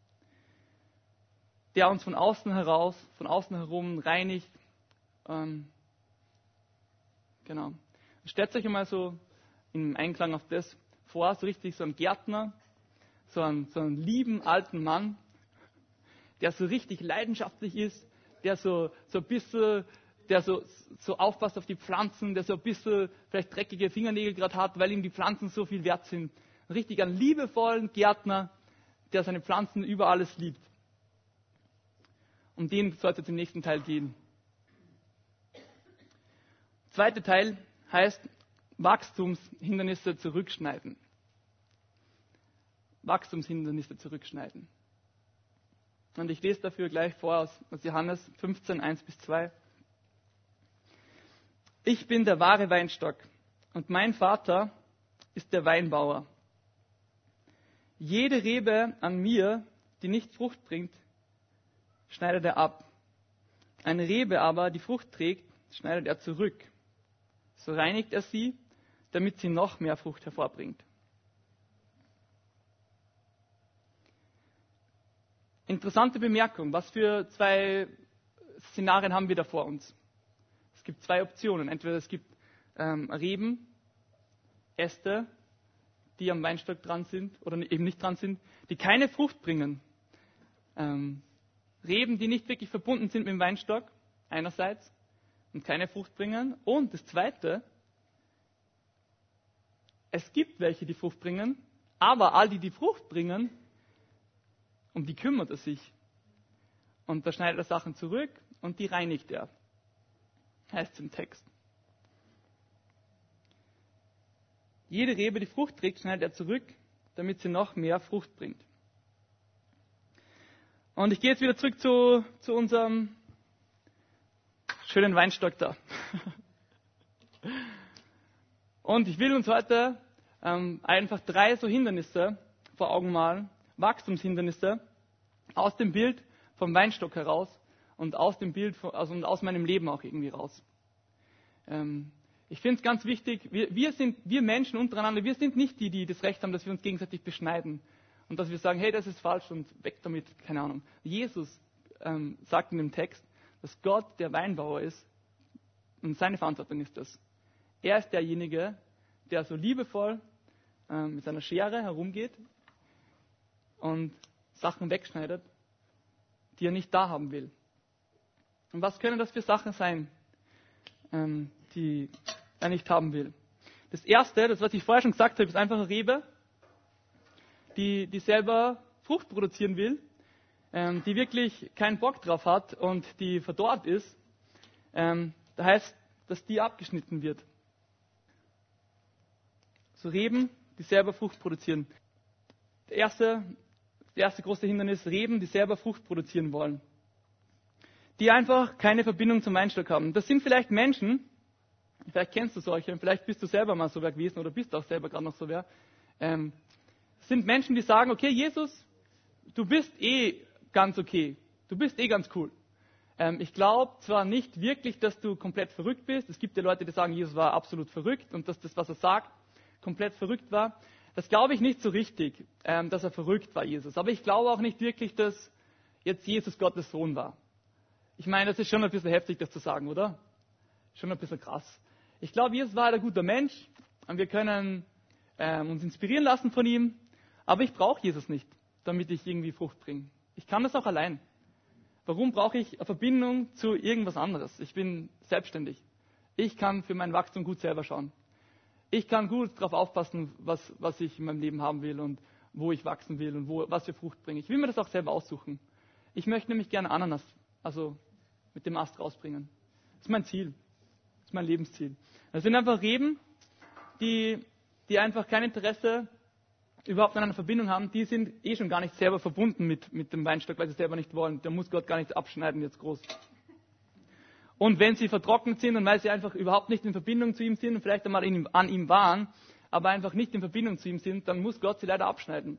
der uns von außen heraus, von außen herum reinigt. Ähm, genau. Stellt euch einmal so im Einklang auf das vor, so richtig so ein Gärtner, so einen, so einen lieben alten Mann, der so richtig leidenschaftlich ist, der so, so ein bisschen, der so, so aufpasst auf die Pflanzen, der so ein bisschen vielleicht dreckige Fingernägel gerade hat, weil ihm die Pflanzen so viel wert sind. Richtig einen liebevollen Gärtner, der seine Pflanzen über alles liebt. Um den soll es jetzt im nächsten Teil gehen. Der zweite Teil heißt Wachstumshindernisse zurückschneiden. Wachstumshindernisse zurückschneiden. Und ich lese dafür gleich vor aus, aus Johannes fünfzehn, eins bis zwei. Ich bin der wahre Weinstock und mein Vater ist der Weinbauer. Jede Rebe an mir, die nicht Frucht bringt, schneidet er ab. Eine Rebe aber, die Frucht trägt, schneidet er zurück. So reinigt er sie, damit sie noch mehr Frucht hervorbringt. Interessante Bemerkung. Was für zwei Szenarien haben wir da vor uns? Es gibt zwei Optionen. Entweder es gibt ähm, Reben, Äste, die am Weinstock dran sind oder eben nicht dran sind, die keine Frucht bringen. Ähm, Reben, die nicht wirklich verbunden sind mit dem Weinstock, einerseits, und keine Frucht bringen. Und das Zweite, es gibt welche, die Frucht bringen, aber all die, die Frucht bringen, um die kümmert er sich. Und da schneidet er Sachen zurück und die reinigt er. Heißt es im Text. Jede Rebe, die Frucht trägt, schneidet er zurück. damit sie noch mehr Frucht bringt. Und ich gehe jetzt wieder zurück zu, zu unserem schönen Weinstock da. Und ich will uns heute ähm, einfach drei so Hindernisse vor Augen malen, Wachstumshindernisse, aus dem Bild vom Weinstock heraus und aus dem Bild, von, also aus meinem Leben auch irgendwie raus. Ähm, ich finde es ganz wichtig, wir, wir sind, wir Menschen untereinander, wir sind nicht die, die das Recht haben, dass wir uns gegenseitig beschneiden und dass wir sagen, hey, das ist falsch und weg damit, keine Ahnung. Jesus ähm, sagt in dem Text, dass Gott der Weinbauer ist und seine Verantwortung ist das. Er ist derjenige, der so liebevoll ähm, mit seiner Schere herumgeht und Sachen wegschneidet, die er nicht da haben will. Und was können das für Sachen sein, ähm, die er nicht haben will? Das erste, das was ich vorher schon gesagt habe, ist einfach eine Rebe, die, die selber Frucht produzieren will, ähm, die wirklich keinen Bock drauf hat und die verdorrt ist. Ähm, das heißt, dass die abgeschnitten wird. So Reben, die selber Frucht produzieren. Der erste, das erste große Hindernis, Reben, die selber Frucht produzieren wollen. Die einfach keine Verbindung zum Weinstock haben. Das sind vielleicht Menschen, vielleicht kennst du solche, vielleicht bist du selber mal so wer gewesen oder bist auch selber gerade noch so wer. Ähm, sind Menschen, die sagen, okay, Jesus, du bist eh ganz okay. Du bist eh ganz cool. Ähm, ich glaube zwar nicht wirklich, dass du komplett verrückt bist. Es gibt ja Leute, die sagen, Jesus war absolut verrückt und dass das, was er sagt, komplett verrückt war. Das glaube ich nicht so richtig, ähm, dass er verrückt war, Jesus. Aber ich glaube auch nicht wirklich, dass jetzt Jesus Gottes Sohn war. Ich meine, das ist schon ein bisschen heftig, das zu sagen, oder? Schon ein bisschen krass. Ich glaube, Jesus war halt ein guter Mensch und wir können ähm, uns inspirieren lassen von ihm. Aber ich brauche Jesus nicht, damit ich irgendwie Frucht bringe. Ich kann das auch allein. Warum brauche ich eine Verbindung zu irgendwas anderes? Ich bin selbstständig. Ich kann für mein Wachstum gut selber schauen. Ich kann gut darauf aufpassen, was, was ich in meinem Leben haben will und wo ich wachsen will und wo, was für Frucht bringe. Ich will mir das auch selber aussuchen. Ich möchte nämlich gerne Ananas, also mit dem Ast rausbringen. Das ist mein Ziel. Das ist mein Lebensziel. Das sind einfach Reben, die, die einfach kein Interesse überhaupt an einer Verbindung haben. Die sind eh schon gar nicht selber verbunden mit, mit dem Weinstock, weil sie selber nicht wollen. Da muss Gott gar nichts abschneiden jetzt groß. Und wenn sie vertrocknet sind und weil sie einfach überhaupt nicht in Verbindung zu ihm sind und vielleicht einmal in, an ihm waren, aber einfach nicht in Verbindung zu ihm sind, dann muss Gott sie leider abschneiden.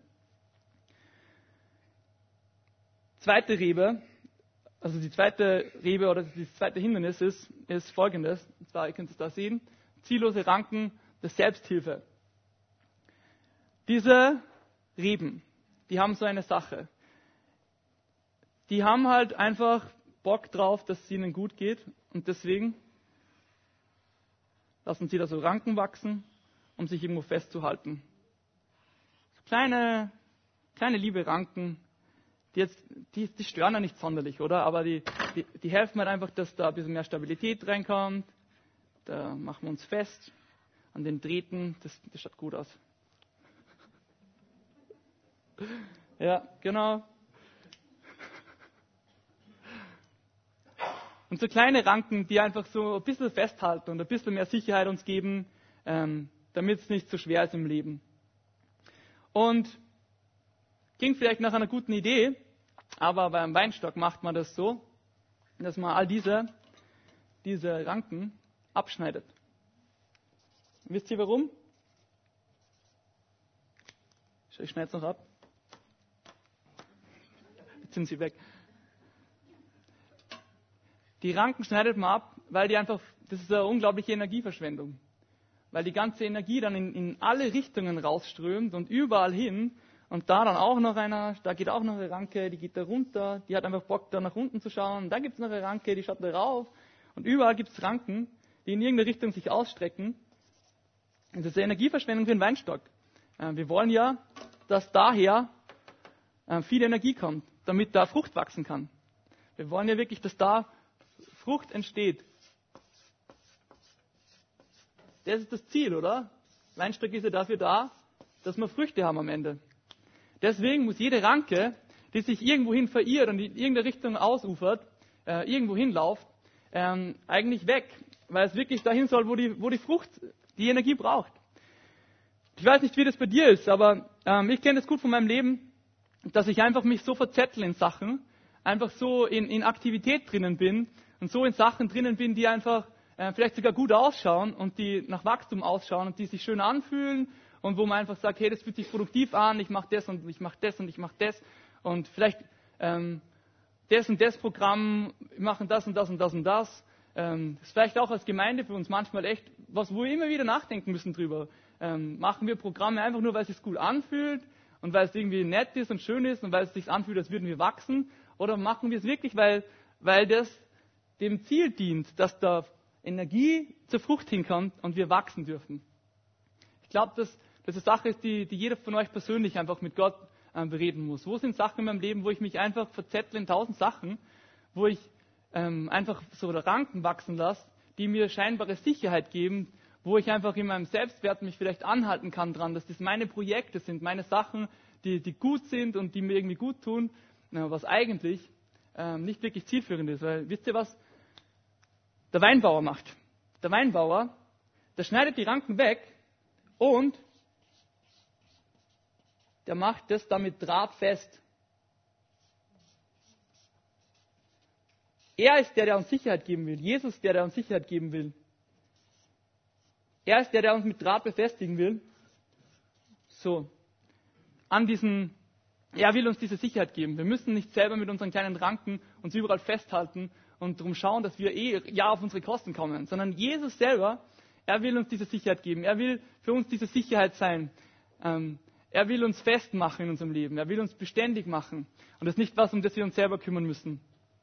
Zweite Rebe, also die zweite Rebe oder das zweite Hindernis ist, ist folgendes. Und zwar, ihr könnt es da sehen, ziellose Ranken der Selbsthilfe. Diese Reben, die haben so eine Sache. Die haben halt einfach Bock drauf, dass es ihnen gut geht und deswegen lassen sie da so Ranken wachsen, um sich irgendwo festzuhalten. So kleine, kleine liebe Ranken, die, jetzt, die, die stören ja nicht sonderlich, oder? Aber die, die, die helfen halt einfach, dass da ein bisschen mehr Stabilität reinkommt. Da machen wir uns fest an den Drähten, das, das schaut gut aus. Ja, genau. Und so kleine Ranken, die einfach so ein bisschen festhalten und ein bisschen mehr Sicherheit uns geben, ähm, damit es nicht so schwer ist im Leben. Und klingt vielleicht nach einer guten Idee, aber beim Weinstock macht man das so, dass man all diese, diese Ranken abschneidet. Wisst ihr warum? Ich schneide es noch ab. Jetzt sind sie weg. Die Ranken schneidet man ab, weil die einfach, das ist eine unglaubliche Energieverschwendung. Weil die ganze Energie dann in, in alle Richtungen rausströmt und überall hin. Und da dann auch noch einer, da geht auch noch eine Ranke, die geht da runter, die hat einfach Bock, da nach unten zu schauen. Und da gibt es noch eine Ranke, die schaut da rauf. Und überall gibt es Ranken, die in irgendeine Richtung sich ausstrecken. Und das ist eine Energieverschwendung für den Weinstock. Wir wollen ja, dass daher viel Energie kommt, damit da Frucht wachsen kann. Wir wollen ja wirklich, dass da Frucht entsteht. Das ist das Ziel, oder? Weinstock ist ja dafür da, dass wir Früchte haben am Ende. Deswegen muss jede Ranke, die sich irgendwohin verirrt und in irgendeine Richtung ausufert, äh, irgendwo hinläuft, ähm, eigentlich weg, weil es wirklich dahin soll, wo die, wo die Frucht die Energie braucht. Ich weiß nicht, wie das bei dir ist, aber ähm, ich kenne das gut von meinem Leben, dass ich einfach mich so verzettle in Sachen, einfach so in, in Aktivität drinnen bin und so in Sachen drinnen bin, die einfach äh, vielleicht sogar gut ausschauen und die nach Wachstum ausschauen und die sich schön anfühlen und wo man einfach sagt, hey, das fühlt sich produktiv an, ich mache das und ich mache das und ich mache das und vielleicht ähm, das und das Programm, wir machen das und das und das und das. Ähm, das ist vielleicht auch als Gemeinde für uns manchmal echt was, wo wir immer wieder nachdenken müssen drüber. Ähm, machen wir Programme einfach nur, weil es sich gut anfühlt und weil es irgendwie nett ist und schön ist und weil es sich anfühlt, als würden wir wachsen? Oder machen wir es wirklich, weil, weil das dem Ziel dient, dass da Energie zur Frucht hinkommt und wir wachsen dürfen? Ich glaube, dass das eine Sache ist, die, die jeder von euch persönlich einfach mit Gott ähm, bereden muss. Wo sind Sachen in meinem Leben, wo ich mich einfach verzettle in tausend Sachen, wo ich ähm, einfach so Ranken wachsen lasse, die mir scheinbare Sicherheit geben, wo ich einfach in meinem Selbstwert mich vielleicht anhalten kann dran, dass das meine Projekte sind, meine Sachen, die, die gut sind und die mir irgendwie gut tun, was eigentlich ähm, nicht wirklich zielführend ist. Weil, wisst ihr, was der Weinbauer macht? Der Weinbauer, der schneidet die Ranken weg und der macht das damit drahtfest. Er ist der, der uns Sicherheit geben will. Jesus, der, der uns Sicherheit geben will. Er ist der, der uns mit Draht befestigen will. So. An diesen, er will uns diese Sicherheit geben. Wir müssen nicht selber mit unseren kleinen Ranken uns überall festhalten und darum schauen, dass wir eh ja auf unsere Kosten kommen. Sondern Jesus selber, er will uns diese Sicherheit geben. Er will für uns diese Sicherheit sein. Ähm, er will uns festmachen in unserem Leben. Er will uns beständig machen. Und das ist nicht was, um das wir uns selber kümmern müssen.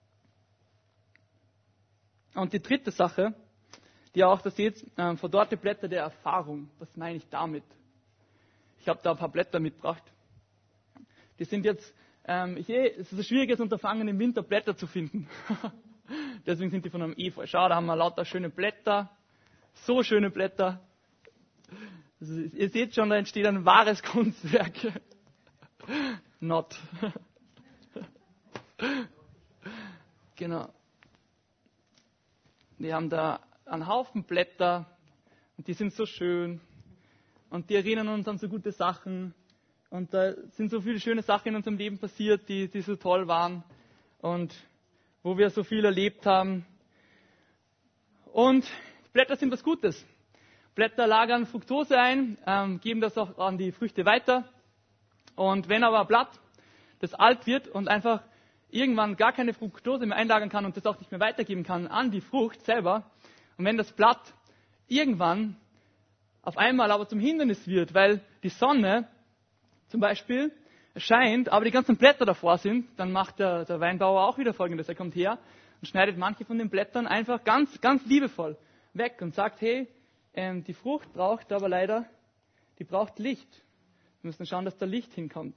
Und die dritte Sache, die ihr auch da seht, ähm, verdorrte Blätter der Erfahrung. Was meine ich damit? Ich habe da ein paar Blätter mitgebracht. Die sind jetzt, ähm, ich, es ist ein schwieriges Unterfangen, im Winter Blätter zu finden. Deswegen sind die von einem Efeu. Schau, da haben wir lauter schöne Blätter. So schöne Blätter. Also, ihr seht schon, da entsteht ein wahres Kunstwerk. Not. Genau. Wir haben da einen Haufen Blätter und die sind so schön und die erinnern uns an so gute Sachen und da sind so viele schöne Sachen in unserem Leben passiert, die, die so toll waren und wo wir so viel erlebt haben. Und Blätter sind was Gutes. Blätter lagern Fructose ein, ähm, geben das auch an die Früchte weiter. Und wenn aber ein Blatt, das alt wird und einfach irgendwann gar keine Fructose mehr einlagern kann und das auch nicht mehr weitergeben kann an die Frucht selber, und wenn das Blatt irgendwann auf einmal aber zum Hindernis wird, weil die Sonne zum Beispiel scheint, aber die ganzen Blätter davor sind, dann macht der, der Weinbauer auch wieder Folgendes. Er kommt her und schneidet manche von den Blättern einfach ganz, ganz liebevoll weg und sagt, hey, ähm, die Frucht braucht aber leider, die braucht Licht. Wir müssen schauen, dass da Licht hinkommt.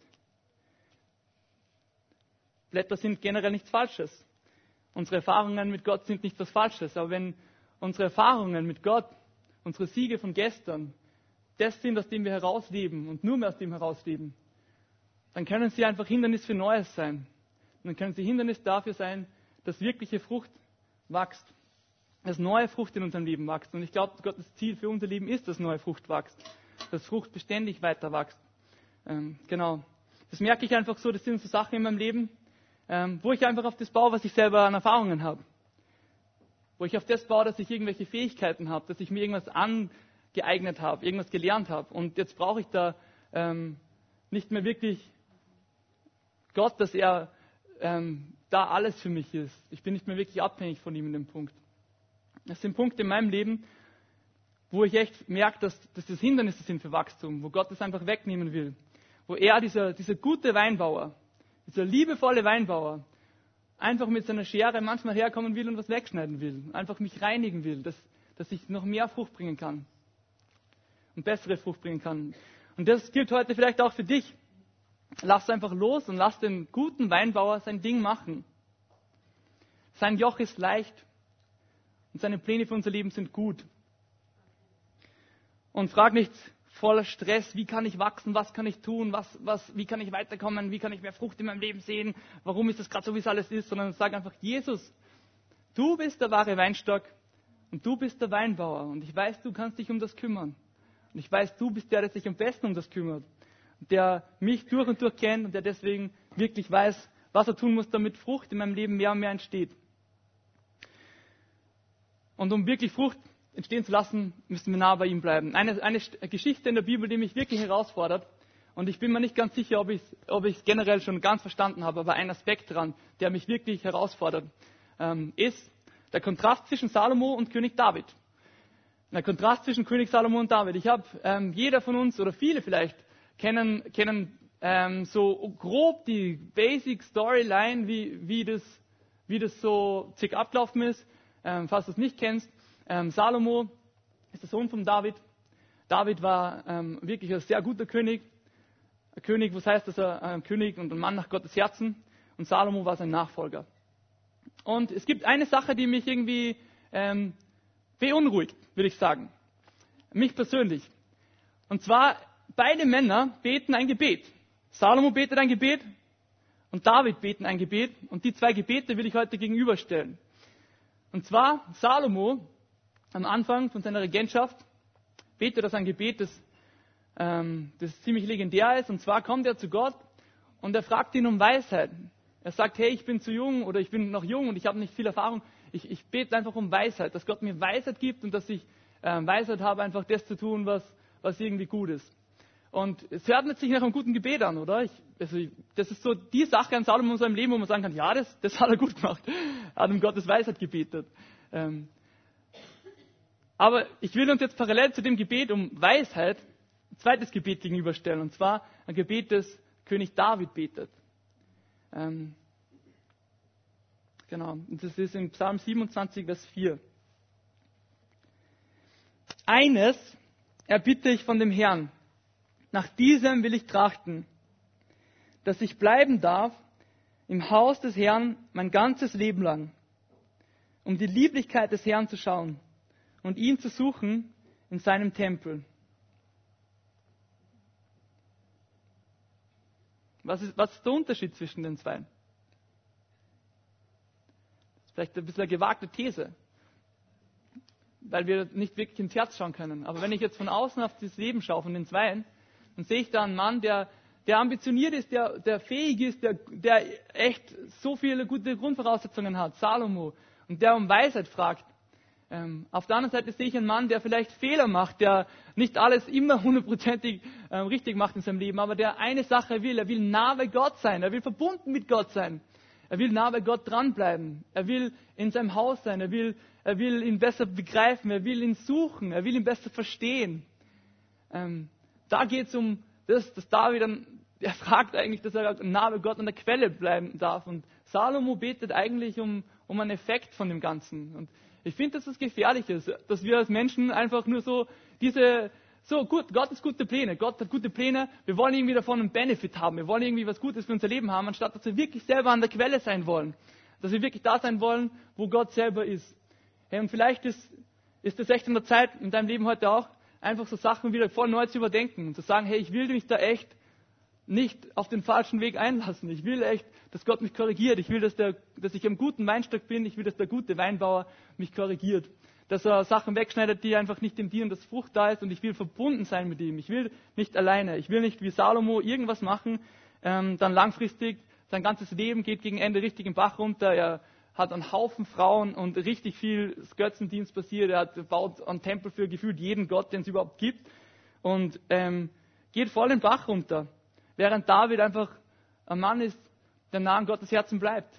Blätter sind generell nichts Falsches. Unsere Erfahrungen mit Gott sind nichts was Falsches. Aber wenn unsere Erfahrungen mit Gott, unsere Siege von gestern, das sind, aus dem wir herausleben und nur mehr aus dem herausleben, dann können sie einfach Hindernis für Neues sein. Und dann können sie Hindernis dafür sein, dass wirkliche Frucht wächst. Dass neue Frucht in unserem Leben wächst. Und ich glaube, Gottes Ziel für unser Leben ist, dass neue Frucht wächst. Dass Frucht beständig weiter wächst. Ähm, genau. Das merke ich einfach so, das sind so Sachen in meinem Leben, ähm, wo ich einfach auf das baue, was ich selber an Erfahrungen habe. Wo ich auf das baue, dass ich irgendwelche Fähigkeiten habe, dass ich mir irgendwas angeeignet habe, irgendwas gelernt habe. Und jetzt brauche ich da ähm, nicht mehr wirklich Gott, dass er ähm, da alles für mich ist. Ich bin nicht mehr wirklich abhängig von ihm in dem Punkt. Das sind Punkte in meinem Leben, wo ich echt merke, dass, dass das Hindernisse sind für Wachstum, wo Gott das einfach wegnehmen will. Wo er, dieser, dieser gute Weinbauer, dieser liebevolle Weinbauer, einfach mit seiner Schere manchmal herkommen will und was wegschneiden will. Einfach mich reinigen will, dass, dass ich noch mehr Frucht bringen kann. Und bessere Frucht bringen kann. Und das gilt heute vielleicht auch für dich. Lass einfach los und lass den guten Weinbauer sein Ding machen. Sein Joch ist leicht und seine Pläne für unser Leben sind gut. Und frag nicht voller Stress, wie kann ich wachsen, was kann ich tun, was, was, wie kann ich weiterkommen, wie kann ich mehr Frucht in meinem Leben sehen, warum ist das gerade so, wie es alles ist, sondern sag einfach, Jesus, du bist der wahre Weinstock und du bist der Weinbauer und ich weiß, du kannst dich um das kümmern. Und ich weiß, du bist der, der sich am besten um das kümmert. Der mich durch und durch kennt und der deswegen wirklich weiß, was er tun muss, damit Frucht in meinem Leben mehr und mehr entsteht. Und um wirklich Frucht entstehen zu lassen, müssen wir nah bei ihm bleiben. Eine, eine Geschichte in der Bibel, die mich wirklich herausfordert, und ich bin mir nicht ganz sicher, ob ich es ob ich's generell schon ganz verstanden habe, aber ein Aspekt daran, der mich wirklich herausfordert, ähm, ist der Kontrast zwischen Salomo und König David. Der Kontrast zwischen König Salomo und David. Ich habe, ähm, jeder von uns oder viele vielleicht kennen, kennen ähm, so grob die Basic Storyline, wie, wie, das, wie das so circa abgelaufen ist. Ähm, falls du es nicht kennst, ähm, Salomo ist der Sohn von David. David war ähm, wirklich ein sehr guter König. Ein König, was heißt, dass er ein König und ein Mann nach Gottes Herzen. Und Salomo war sein Nachfolger. Und es gibt eine Sache, die mich irgendwie ähm, beunruhigt, würde ich sagen. Mich persönlich. Und zwar, beide Männer beten ein Gebet. Salomo betet ein Gebet und David beten ein Gebet. Und die zwei Gebete will ich heute gegenüberstellen. Und zwar, Salomo, am Anfang von seiner Regentschaft, betet er ein Gebet, das, ähm, das ziemlich legendär ist. Und zwar kommt er zu Gott und er fragt ihn um Weisheit. Er sagt, hey, ich bin zu jung oder ich bin noch jung und ich habe nicht viel Erfahrung. Ich, ich bete einfach um Weisheit, dass Gott mir Weisheit gibt und dass ich ähm, Weisheit habe, einfach das zu tun, was, was irgendwie gut ist. Und es hört sich nach einem guten Gebet an, oder? Ich, also ich, das ist so die Sache an Salomo in seinem Leben, wo man sagen kann, ja, das, das hat er gut gemacht. Er hat um Gottes Weisheit gebetet. Ähm, aber ich will uns jetzt parallel zu dem Gebet um Weisheit ein zweites Gebet gegenüberstellen. Und zwar ein Gebet, das König David betet. Ähm, genau, und das ist in Psalm siebenundzwanzig, Vers vier. Eines erbitte ich von dem Herrn. Nach diesem will ich trachten, dass ich bleiben darf im Haus des Herrn mein ganzes Leben lang, um die Lieblichkeit des Herrn zu schauen und ihn zu suchen in seinem Tempel. Was ist, was ist der Unterschied zwischen den zwei? Das ist vielleicht ein bisschen eine gewagte These, weil wir nicht wirklich ins Herz schauen können. Aber wenn ich jetzt von außen auf das Leben schaue, von den Zweien, dann sehe ich da einen Mann, der, der ambitioniert ist, der, der fähig ist, der, der echt so viele gute Grundvoraussetzungen hat, Salomo, und der um Weisheit fragt. Ähm, auf der anderen Seite sehe ich einen Mann, der vielleicht Fehler macht, der nicht alles immer hundertprozentig ähm, richtig macht in seinem Leben, aber der eine Sache will, er will nah bei Gott sein, er will verbunden mit Gott sein, er will nah bei Gott dranbleiben, er will in seinem Haus sein, er will, er will ihn besser begreifen, er will ihn suchen, er will ihn besser verstehen. Ähm, Da geht es um das, dass David dann, er fragt eigentlich, dass er nah bei Gott an der Quelle bleiben darf. Und Salomo betet eigentlich um, um einen Effekt von dem Ganzen. Und ich finde, dass das gefährlich ist, dass wir als Menschen einfach nur so diese, so gut, Gott hat gute Pläne, Gott hat gute Pläne, wir wollen irgendwie davon einen Benefit haben, wir wollen irgendwie was Gutes für unser Leben haben, anstatt dass wir wirklich selber an der Quelle sein wollen. Dass wir wirklich da sein wollen, wo Gott selber ist. Hey, und vielleicht ist, ist das echt in der Zeit, in deinem Leben heute auch, einfach so Sachen wieder voll neu zu überdenken und zu sagen, hey, ich will mich da echt nicht auf den falschen Weg einlassen. Ich will echt, dass Gott mich korrigiert. Ich will, dass, der, dass ich am guten Weinstock bin. Ich will, dass der gute Weinbauer mich korrigiert. Dass er Sachen wegschneidet, die einfach nicht dem dienen, dass Frucht da ist. Und ich will verbunden sein mit ihm. Ich will nicht alleine. Ich will nicht wie Salomo irgendwas machen, ähm, dann langfristig sein ganzes Leben geht gegen Ende richtig im Bach runter. Er hat einen Haufen Frauen und richtig viel Götzendienst passiert. Er hat, baut einen Tempel für gefühlt jeden Gott, den es überhaupt gibt. Und ähm, geht voll den Bach runter. Während David einfach ein Mann ist, der nah an Gottes Herzen bleibt.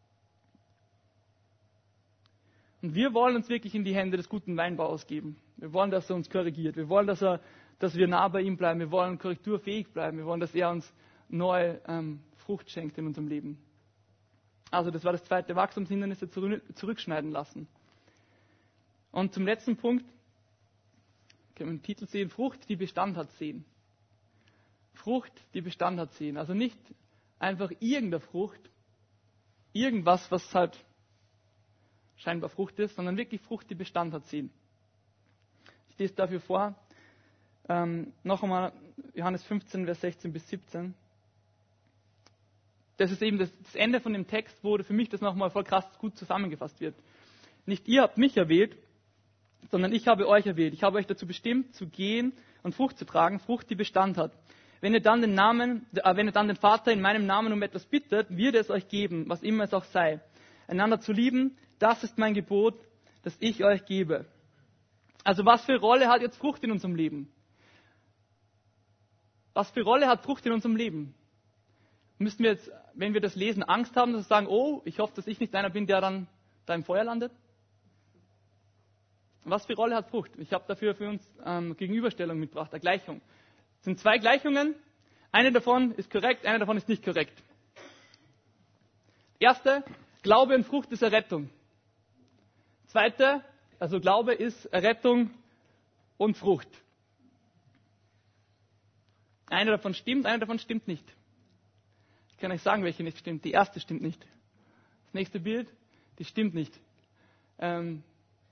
Und wir wollen uns wirklich in die Hände des guten Weinbauers geben. Wir wollen, dass er uns korrigiert. Wir wollen, dass, er, dass wir nah bei ihm bleiben. Wir wollen korrekturfähig bleiben. Wir wollen, dass er uns neue ähm, Frucht schenkt in unserem Leben. Also das war das zweite, Wachstumshindernisse zurückschneiden lassen. Und zum letzten Punkt, können wir den Titel sehen, Frucht, die Bestand hat, sehen. Frucht, die Bestand hat, sehen. Also nicht einfach irgendeine Frucht, irgendwas, was halt scheinbar Frucht ist, sondern wirklich Frucht, die Bestand hat, sehen. Ich lese dafür vor, ähm, noch einmal Johannes fünfzehn, Vers sechzehn bis siebzehn. Das ist eben das, das Ende von dem Text, wo für mich das nochmal voll krass gut zusammengefasst wird. Nicht ihr habt mich erwählt, sondern ich habe euch erwählt. Ich habe euch dazu bestimmt, zu gehen und Frucht zu tragen, Frucht, die Bestand hat. Wenn ihr dann den Namen, äh, wenn ihr dann den Vater in meinem Namen um etwas bittet, wird er es euch geben, was immer es auch sei. Einander zu lieben, das ist mein Gebot, das ich euch gebe. Also was für Rolle hat jetzt Frucht in unserem Leben? Was für Rolle hat Frucht in unserem Leben? Müssen wir jetzt, wenn wir das lesen, Angst haben, dass wir sagen, oh, ich hoffe, dass ich nicht einer bin, der dann da im Feuer landet? Was für Rolle hat Frucht? Ich habe dafür für uns ähm, Gegenüberstellung mitgebracht, eine Gleichung. Es sind zwei Gleichungen. Eine davon ist korrekt, eine davon ist nicht korrekt. Erste, Glaube und Frucht ist Errettung. Zweite, also Glaube ist Errettung und Frucht. Eine davon stimmt, eine davon stimmt nicht. Ich kann euch sagen, welche nicht stimmt. Die erste stimmt nicht. Das nächste Bild, die stimmt nicht. Ähm,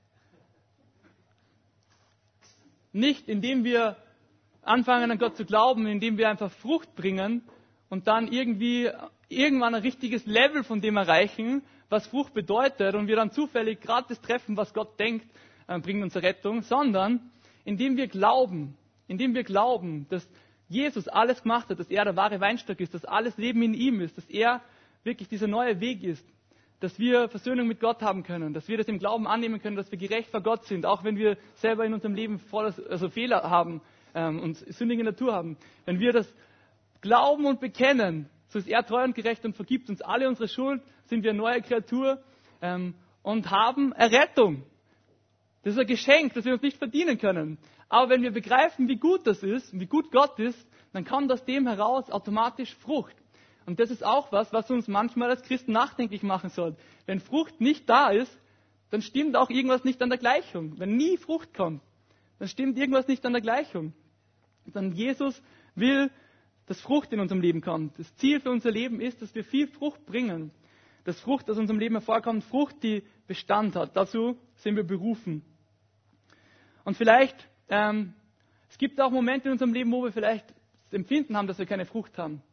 nicht, indem wir anfangen, an Gott zu glauben, indem wir einfach Frucht bringen und dann irgendwie irgendwann ein richtiges Level von dem erreichen, was Frucht bedeutet und wir dann zufällig gerade das treffen, was Gott denkt, äh, bringt uns Rettung, sondern indem wir glauben, indem wir glauben, dass Jesus alles gemacht hat, dass er der wahre Weinstock ist, dass alles Leben in ihm ist, dass er wirklich dieser neue Weg ist, dass wir Versöhnung mit Gott haben können, dass wir das im Glauben annehmen können, dass wir gerecht vor Gott sind, auch wenn wir selber in unserem Leben voll, also Fehler haben ähm, und sündige Natur haben. Wenn wir das glauben und bekennen, so ist er treu und gerecht und vergibt uns alle unsere Schuld, sind wir eine neue Kreatur ähm, und haben Errettung. Das ist ein Geschenk, das wir uns nicht verdienen können. Aber wenn wir begreifen, wie gut das ist, wie gut Gott ist, dann kommt aus dem heraus automatisch Frucht. Und das ist auch was, was uns manchmal als Christen nachdenklich machen soll. Wenn Frucht nicht da ist, dann stimmt auch irgendwas nicht an der Gleichung. Wenn nie Frucht kommt, dann stimmt irgendwas nicht an der Gleichung. Dann Jesus will, dass Frucht in unserem Leben kommt. Das Ziel für unser Leben ist, dass wir viel Frucht bringen. Dass Frucht aus unserem Leben hervorkommt, Frucht, die Bestand hat. Dazu sind wir berufen. Und vielleicht, ähm, es gibt auch Momente in unserem Leben, wo wir vielleicht das Empfinden haben, dass wir keine Frucht haben.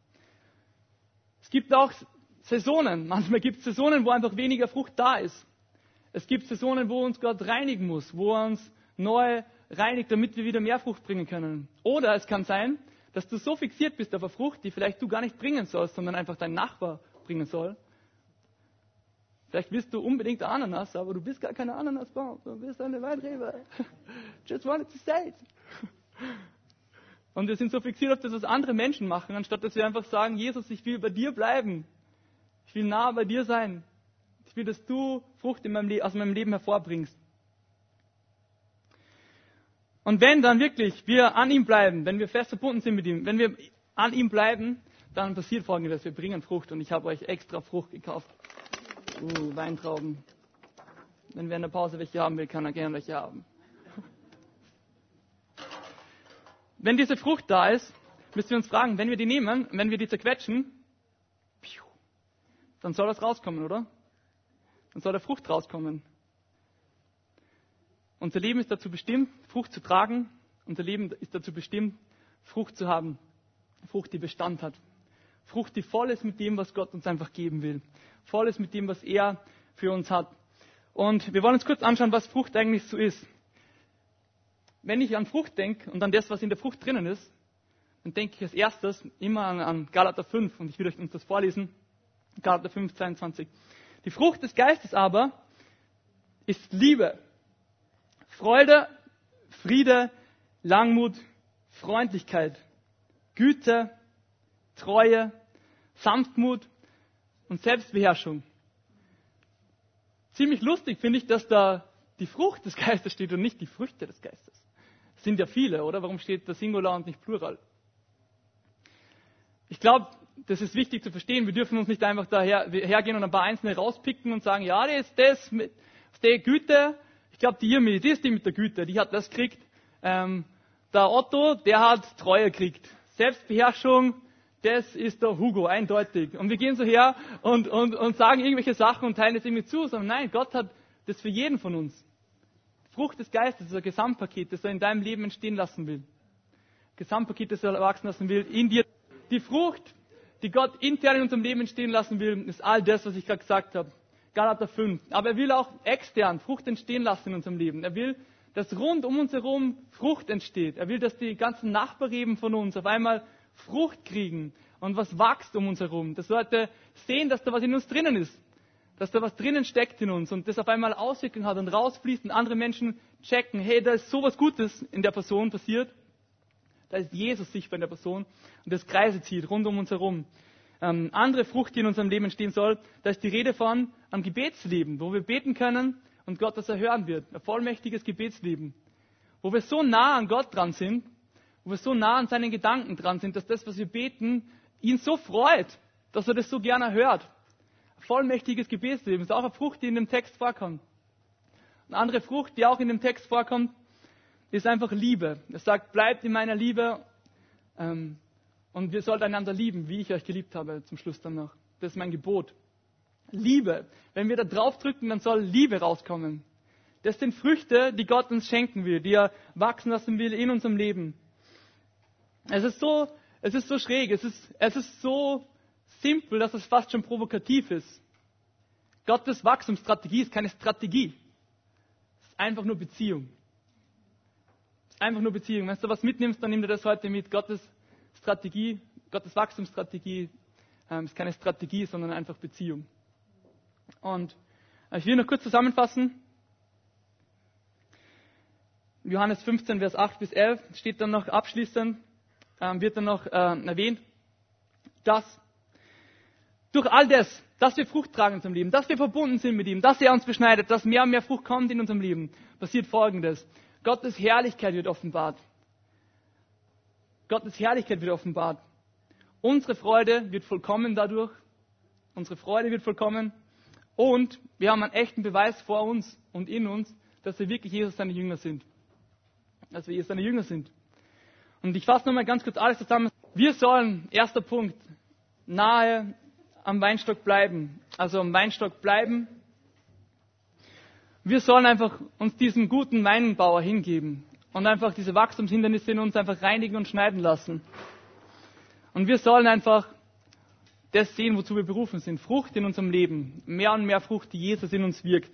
Es gibt auch Saisonen. Manchmal gibt es Saisonen, wo einfach weniger Frucht da ist. Es gibt Saisonen, wo uns Gott reinigen muss, wo er uns neu reinigt, damit wir wieder mehr Frucht bringen können. Oder es kann sein, dass du so fixiert bist auf eine Frucht, die vielleicht du gar nicht bringen sollst, sondern einfach dein Nachbar bringen soll. Vielleicht willst du unbedingt Ananas, aber du bist gar keine Ananasbaum, du bist eine Weinrebe. Just wanted to say it. Und wir sind so fixiert auf das, was andere Menschen machen, anstatt dass wir einfach sagen, Jesus, ich will bei dir bleiben. Ich will nah bei dir sein. Ich will, dass du Frucht in meinem Le- aus meinem Leben hervorbringst. Und wenn dann wirklich wir an ihm bleiben, wenn wir fest verbunden sind mit ihm, wenn wir an ihm bleiben, dann passiert Folgendes, wir bringen Frucht. Und ich habe euch extra Frucht gekauft. Uh, Weintrauben. Wenn wer in der Pause welche haben will, kann er gerne welche haben. Wenn diese Frucht da ist, müssen wir uns fragen, wenn wir die nehmen, wenn wir die zerquetschen, dann soll das rauskommen, oder? Dann soll der Frucht rauskommen. Unser Leben ist dazu bestimmt, Frucht zu tragen. Unser Leben ist dazu bestimmt, Frucht zu haben. Frucht, die Bestand hat. Frucht, die voll ist mit dem, was Gott uns einfach geben will. Voll ist mit dem, was er für uns hat. Und wir wollen uns kurz anschauen, was Frucht eigentlich so ist. Wenn ich an Frucht denke und an das, was in der Frucht drinnen ist, dann denke ich als erstes immer an, an Galater fünf. Und ich will euch uns das vorlesen. Galater fünf, zweiundzwanzig. Die Frucht des Geistes aber ist Liebe, Freude, Friede, Langmut, Freundlichkeit, Güte, Treue, Sanftmut und Selbstbeherrschung. Ziemlich lustig finde ich, dass da die Frucht des Geistes steht und nicht die Früchte des Geistes. Es sind ja viele, oder? Warum steht da Singular und nicht Plural? Ich glaube, das ist wichtig zu verstehen. Wir dürfen uns nicht einfach daher hergehen und ein paar Einzelne rauspicken und sagen, ja, das ist das mit der Güte. Ich glaube, die hier mit, die ist die mit der Güte, die hat das gekriegt. Ähm, der Otto, der hat Treue gekriegt. Selbstbeherrschung, das ist der Hugo, eindeutig. Und wir gehen so her und, und, und sagen irgendwelche Sachen und teilen das irgendwie zu, sondern nein, Gott hat das für jeden von uns. Frucht des Geistes ist ein Gesamtpaket, das er in deinem Leben entstehen lassen will. Gesamtpaket, das er erwachsen lassen will, in dir. Die Frucht, die Gott intern in unserem Leben entstehen lassen will, ist all das, was ich gerade gesagt habe. Galater fünf. Aber er will auch extern Frucht entstehen lassen in unserem Leben. Er will, dass rund um uns herum Frucht entsteht. Er will, dass die ganzen Nachbarreben von uns auf einmal Frucht kriegen und was wächst um uns herum. Dass Leute sehen, dass da was in uns drinnen ist. Dass da was drinnen steckt in uns und das auf einmal Auswirkungen hat und rausfließt und andere Menschen checken, hey, da ist sowas Gutes in der Person passiert. Da ist Jesus sichtbar in der Person und das Kreise zieht rund um uns herum. Ähm, andere Frucht, die in unserem Leben entstehen soll, da ist die Rede von einem Gebetsleben, wo wir beten können und Gott das erhören wird. Ein vollmächtiges Gebetsleben. Wo wir so nah an Gott dran sind, wo wir so nah an seinen Gedanken dran sind, dass das, was wir beten, ihn so freut, dass er das so gerne hört. Ein vollmächtiges Gebetsleben ist auch eine Frucht, die in dem Text vorkommt. Eine andere Frucht, die auch in dem Text vorkommt, ist einfach Liebe. Er sagt, bleibt in meiner Liebe ähm, und wir sollten einander lieben, wie ich euch geliebt habe, zum Schluss dann noch. Das ist mein Gebot. Liebe. Wenn wir da drauf drücken, dann soll Liebe rauskommen. Das sind Früchte, die Gott uns schenken will, die er wachsen lassen will in unserem Leben. Es ist so, es ist so schräg, es ist, es ist so simpel, dass es fast schon provokativ ist. Gottes Wachstumsstrategie ist keine Strategie. Es ist einfach nur Beziehung. Es ist einfach nur Beziehung. Wenn du was mitnimmst, dann nimm dir das heute mit. Gottes Strategie, Gottes Wachstumsstrategie ähm, ist keine Strategie, sondern einfach Beziehung. Und ich will noch kurz zusammenfassen. Johannes fünfzehn, Vers acht bis elf steht dann noch abschließend, ähm, wird dann noch äh, erwähnt, dass durch all das, dass wir Frucht tragen in unserem Leben, dass wir verbunden sind mit ihm, dass er uns beschneidet, dass mehr und mehr Frucht kommt in unserem Leben, passiert Folgendes. Gottes Herrlichkeit wird offenbart. Gottes Herrlichkeit wird offenbart. Unsere Freude wird vollkommen dadurch. Unsere Freude wird vollkommen. Und wir haben einen echten Beweis vor uns und in uns, dass wir wirklich Jesus seine Jünger sind. Dass wir Jesus seine Jünger sind. Und ich fasse nochmal ganz kurz alles zusammen. Wir sollen, erster Punkt, nahe am Weinstock bleiben. Also am Weinstock bleiben. Wir sollen einfach uns diesem guten Weinbauer hingeben. Und einfach diese Wachstumshindernisse in uns einfach reinigen und schneiden lassen. Und wir sollen einfach das sehen, wozu wir berufen sind. Frucht in unserem Leben. Mehr und mehr Frucht, die Jesus in uns wirkt.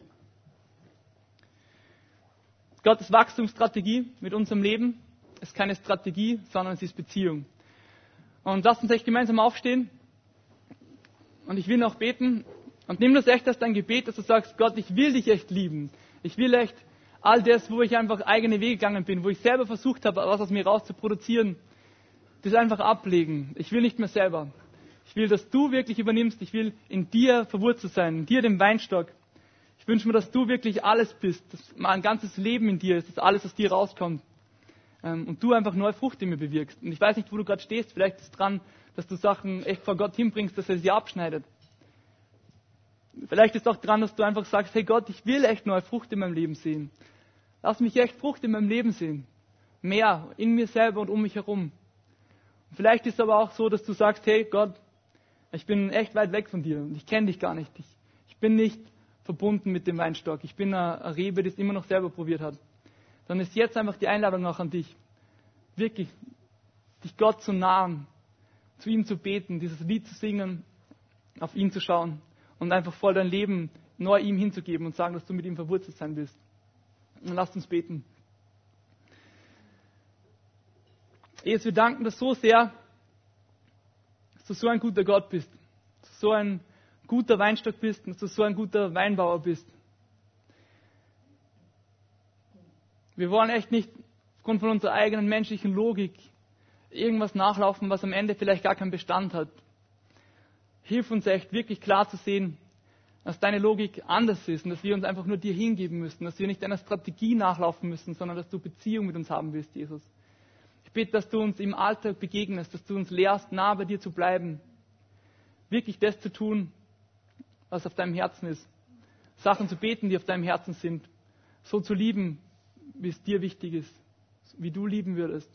Gottes Wachstumsstrategie mit unserem Leben ist keine Strategie, sondern es ist Beziehung. Und lasst uns echt gemeinsam aufstehen. Und ich will noch beten. Und nimm das echt als dein Gebet, dass du sagst, Gott, ich will dich echt lieben. Ich will echt all das, wo ich einfach eigene Wege gegangen bin, wo ich selber versucht habe, was aus mir rauszuproduzieren, das einfach ablegen. Ich will nicht mehr selber. Ich will, dass du wirklich übernimmst. Ich will in dir verwurzelt sein, in dir, dem Weinstock. Ich wünsche mir, dass du wirklich alles bist, dass mein ganzes Leben in dir ist, dass alles aus dir rauskommt. Und du einfach neue Frucht in mir bewirkst. Und ich weiß nicht, wo du gerade stehst. Vielleicht ist es dran, dass du Sachen echt vor Gott hinbringst, dass er sie abschneidet. Vielleicht ist es auch dran, dass du einfach sagst, hey Gott, ich will echt neue Frucht in meinem Leben sehen. Lass mich echt Frucht in meinem Leben sehen. Mehr in mir selber und um mich herum. Und vielleicht ist es aber auch so, dass du sagst, hey Gott, ich bin echt weit weg von dir und ich kenne dich gar nicht. Ich, ich bin nicht verbunden mit dem Weinstock. Ich bin eine, eine Rebe, die es immer noch selber probiert hat. Dann ist jetzt einfach die Einladung auch an dich. Wirklich, dich Gott zu nahen, zu ihm zu beten, dieses Lied zu singen, auf ihn zu schauen und einfach voll dein Leben neu ihm hinzugeben und sagen, dass du mit ihm verwurzelt sein willst. Und lasst uns beten. Jesus, wir danken dir so sehr, dass du so ein guter Gott bist, dass du so ein guter Weinstock bist und dass du so ein guter Weinbauer bist. Wir wollen echt nicht aufgrund von unserer eigenen menschlichen Logik irgendwas nachlaufen, was am Ende vielleicht gar keinen Bestand hat. Hilf uns echt wirklich klar zu sehen, dass deine Logik anders ist und dass wir uns einfach nur dir hingeben müssen, dass wir nicht einer Strategie nachlaufen müssen, sondern dass du Beziehung mit uns haben willst, Jesus. Ich bitte, dass du uns im Alltag begegnest, dass du uns lehrst, nah bei dir zu bleiben, wirklich das zu tun, was auf deinem Herzen ist, Sachen zu beten, die auf deinem Herzen sind, so zu lieben, wie es dir wichtig ist, wie du lieben würdest.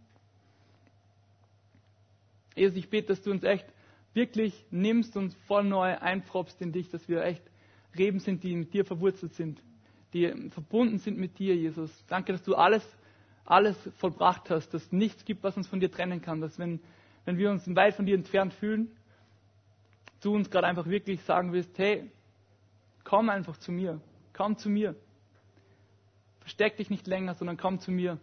Jesus, ich bete, dass du uns echt wirklich nimmst und voll neu einpfropfst in dich, dass wir echt Reben sind, die mit dir verwurzelt sind, die verbunden sind mit dir, Jesus. Danke, dass du alles, alles vollbracht hast, dass es nichts gibt, was uns von dir trennen kann, dass wenn, wenn wir uns weit von dir entfernt fühlen, du uns gerade einfach wirklich sagen willst, hey, komm einfach zu mir, komm zu mir. Versteck dich nicht länger, sondern komm zu mir.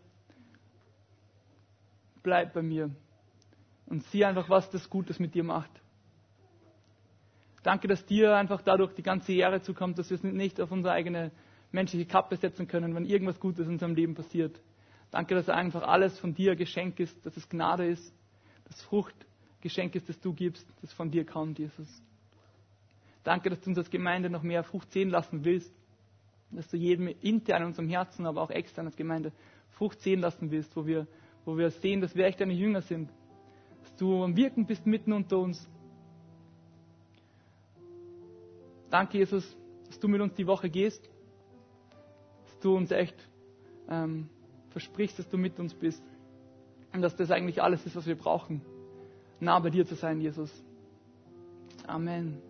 Bleib bei mir. Und sieh einfach, was das Gutes mit dir macht. Danke, dass dir einfach dadurch die ganze Ehre zukommt, dass wir es nicht auf unsere eigene menschliche Kappe setzen können, wenn irgendwas Gutes in unserem Leben passiert. Danke, dass einfach alles von dir Geschenk ist, dass es Gnade ist, dass Frucht Geschenk ist, das du gibst, das von dir kommt, Jesus. Danke, dass du uns als Gemeinde noch mehr Frucht sehen lassen willst, dass du jedem intern in unserem Herzen, aber auch extern als Gemeinde Frucht sehen lassen willst, wo wir, wo wir sehen, dass wir echt deine Jünger sind, dass du am Wirken bist mitten unter uns. Danke, Jesus, dass du mit uns die Woche gehst, dass du uns echt ähm, versprichst, dass du mit uns bist und dass das eigentlich alles ist, was wir brauchen, nah bei dir zu sein, Jesus. Amen.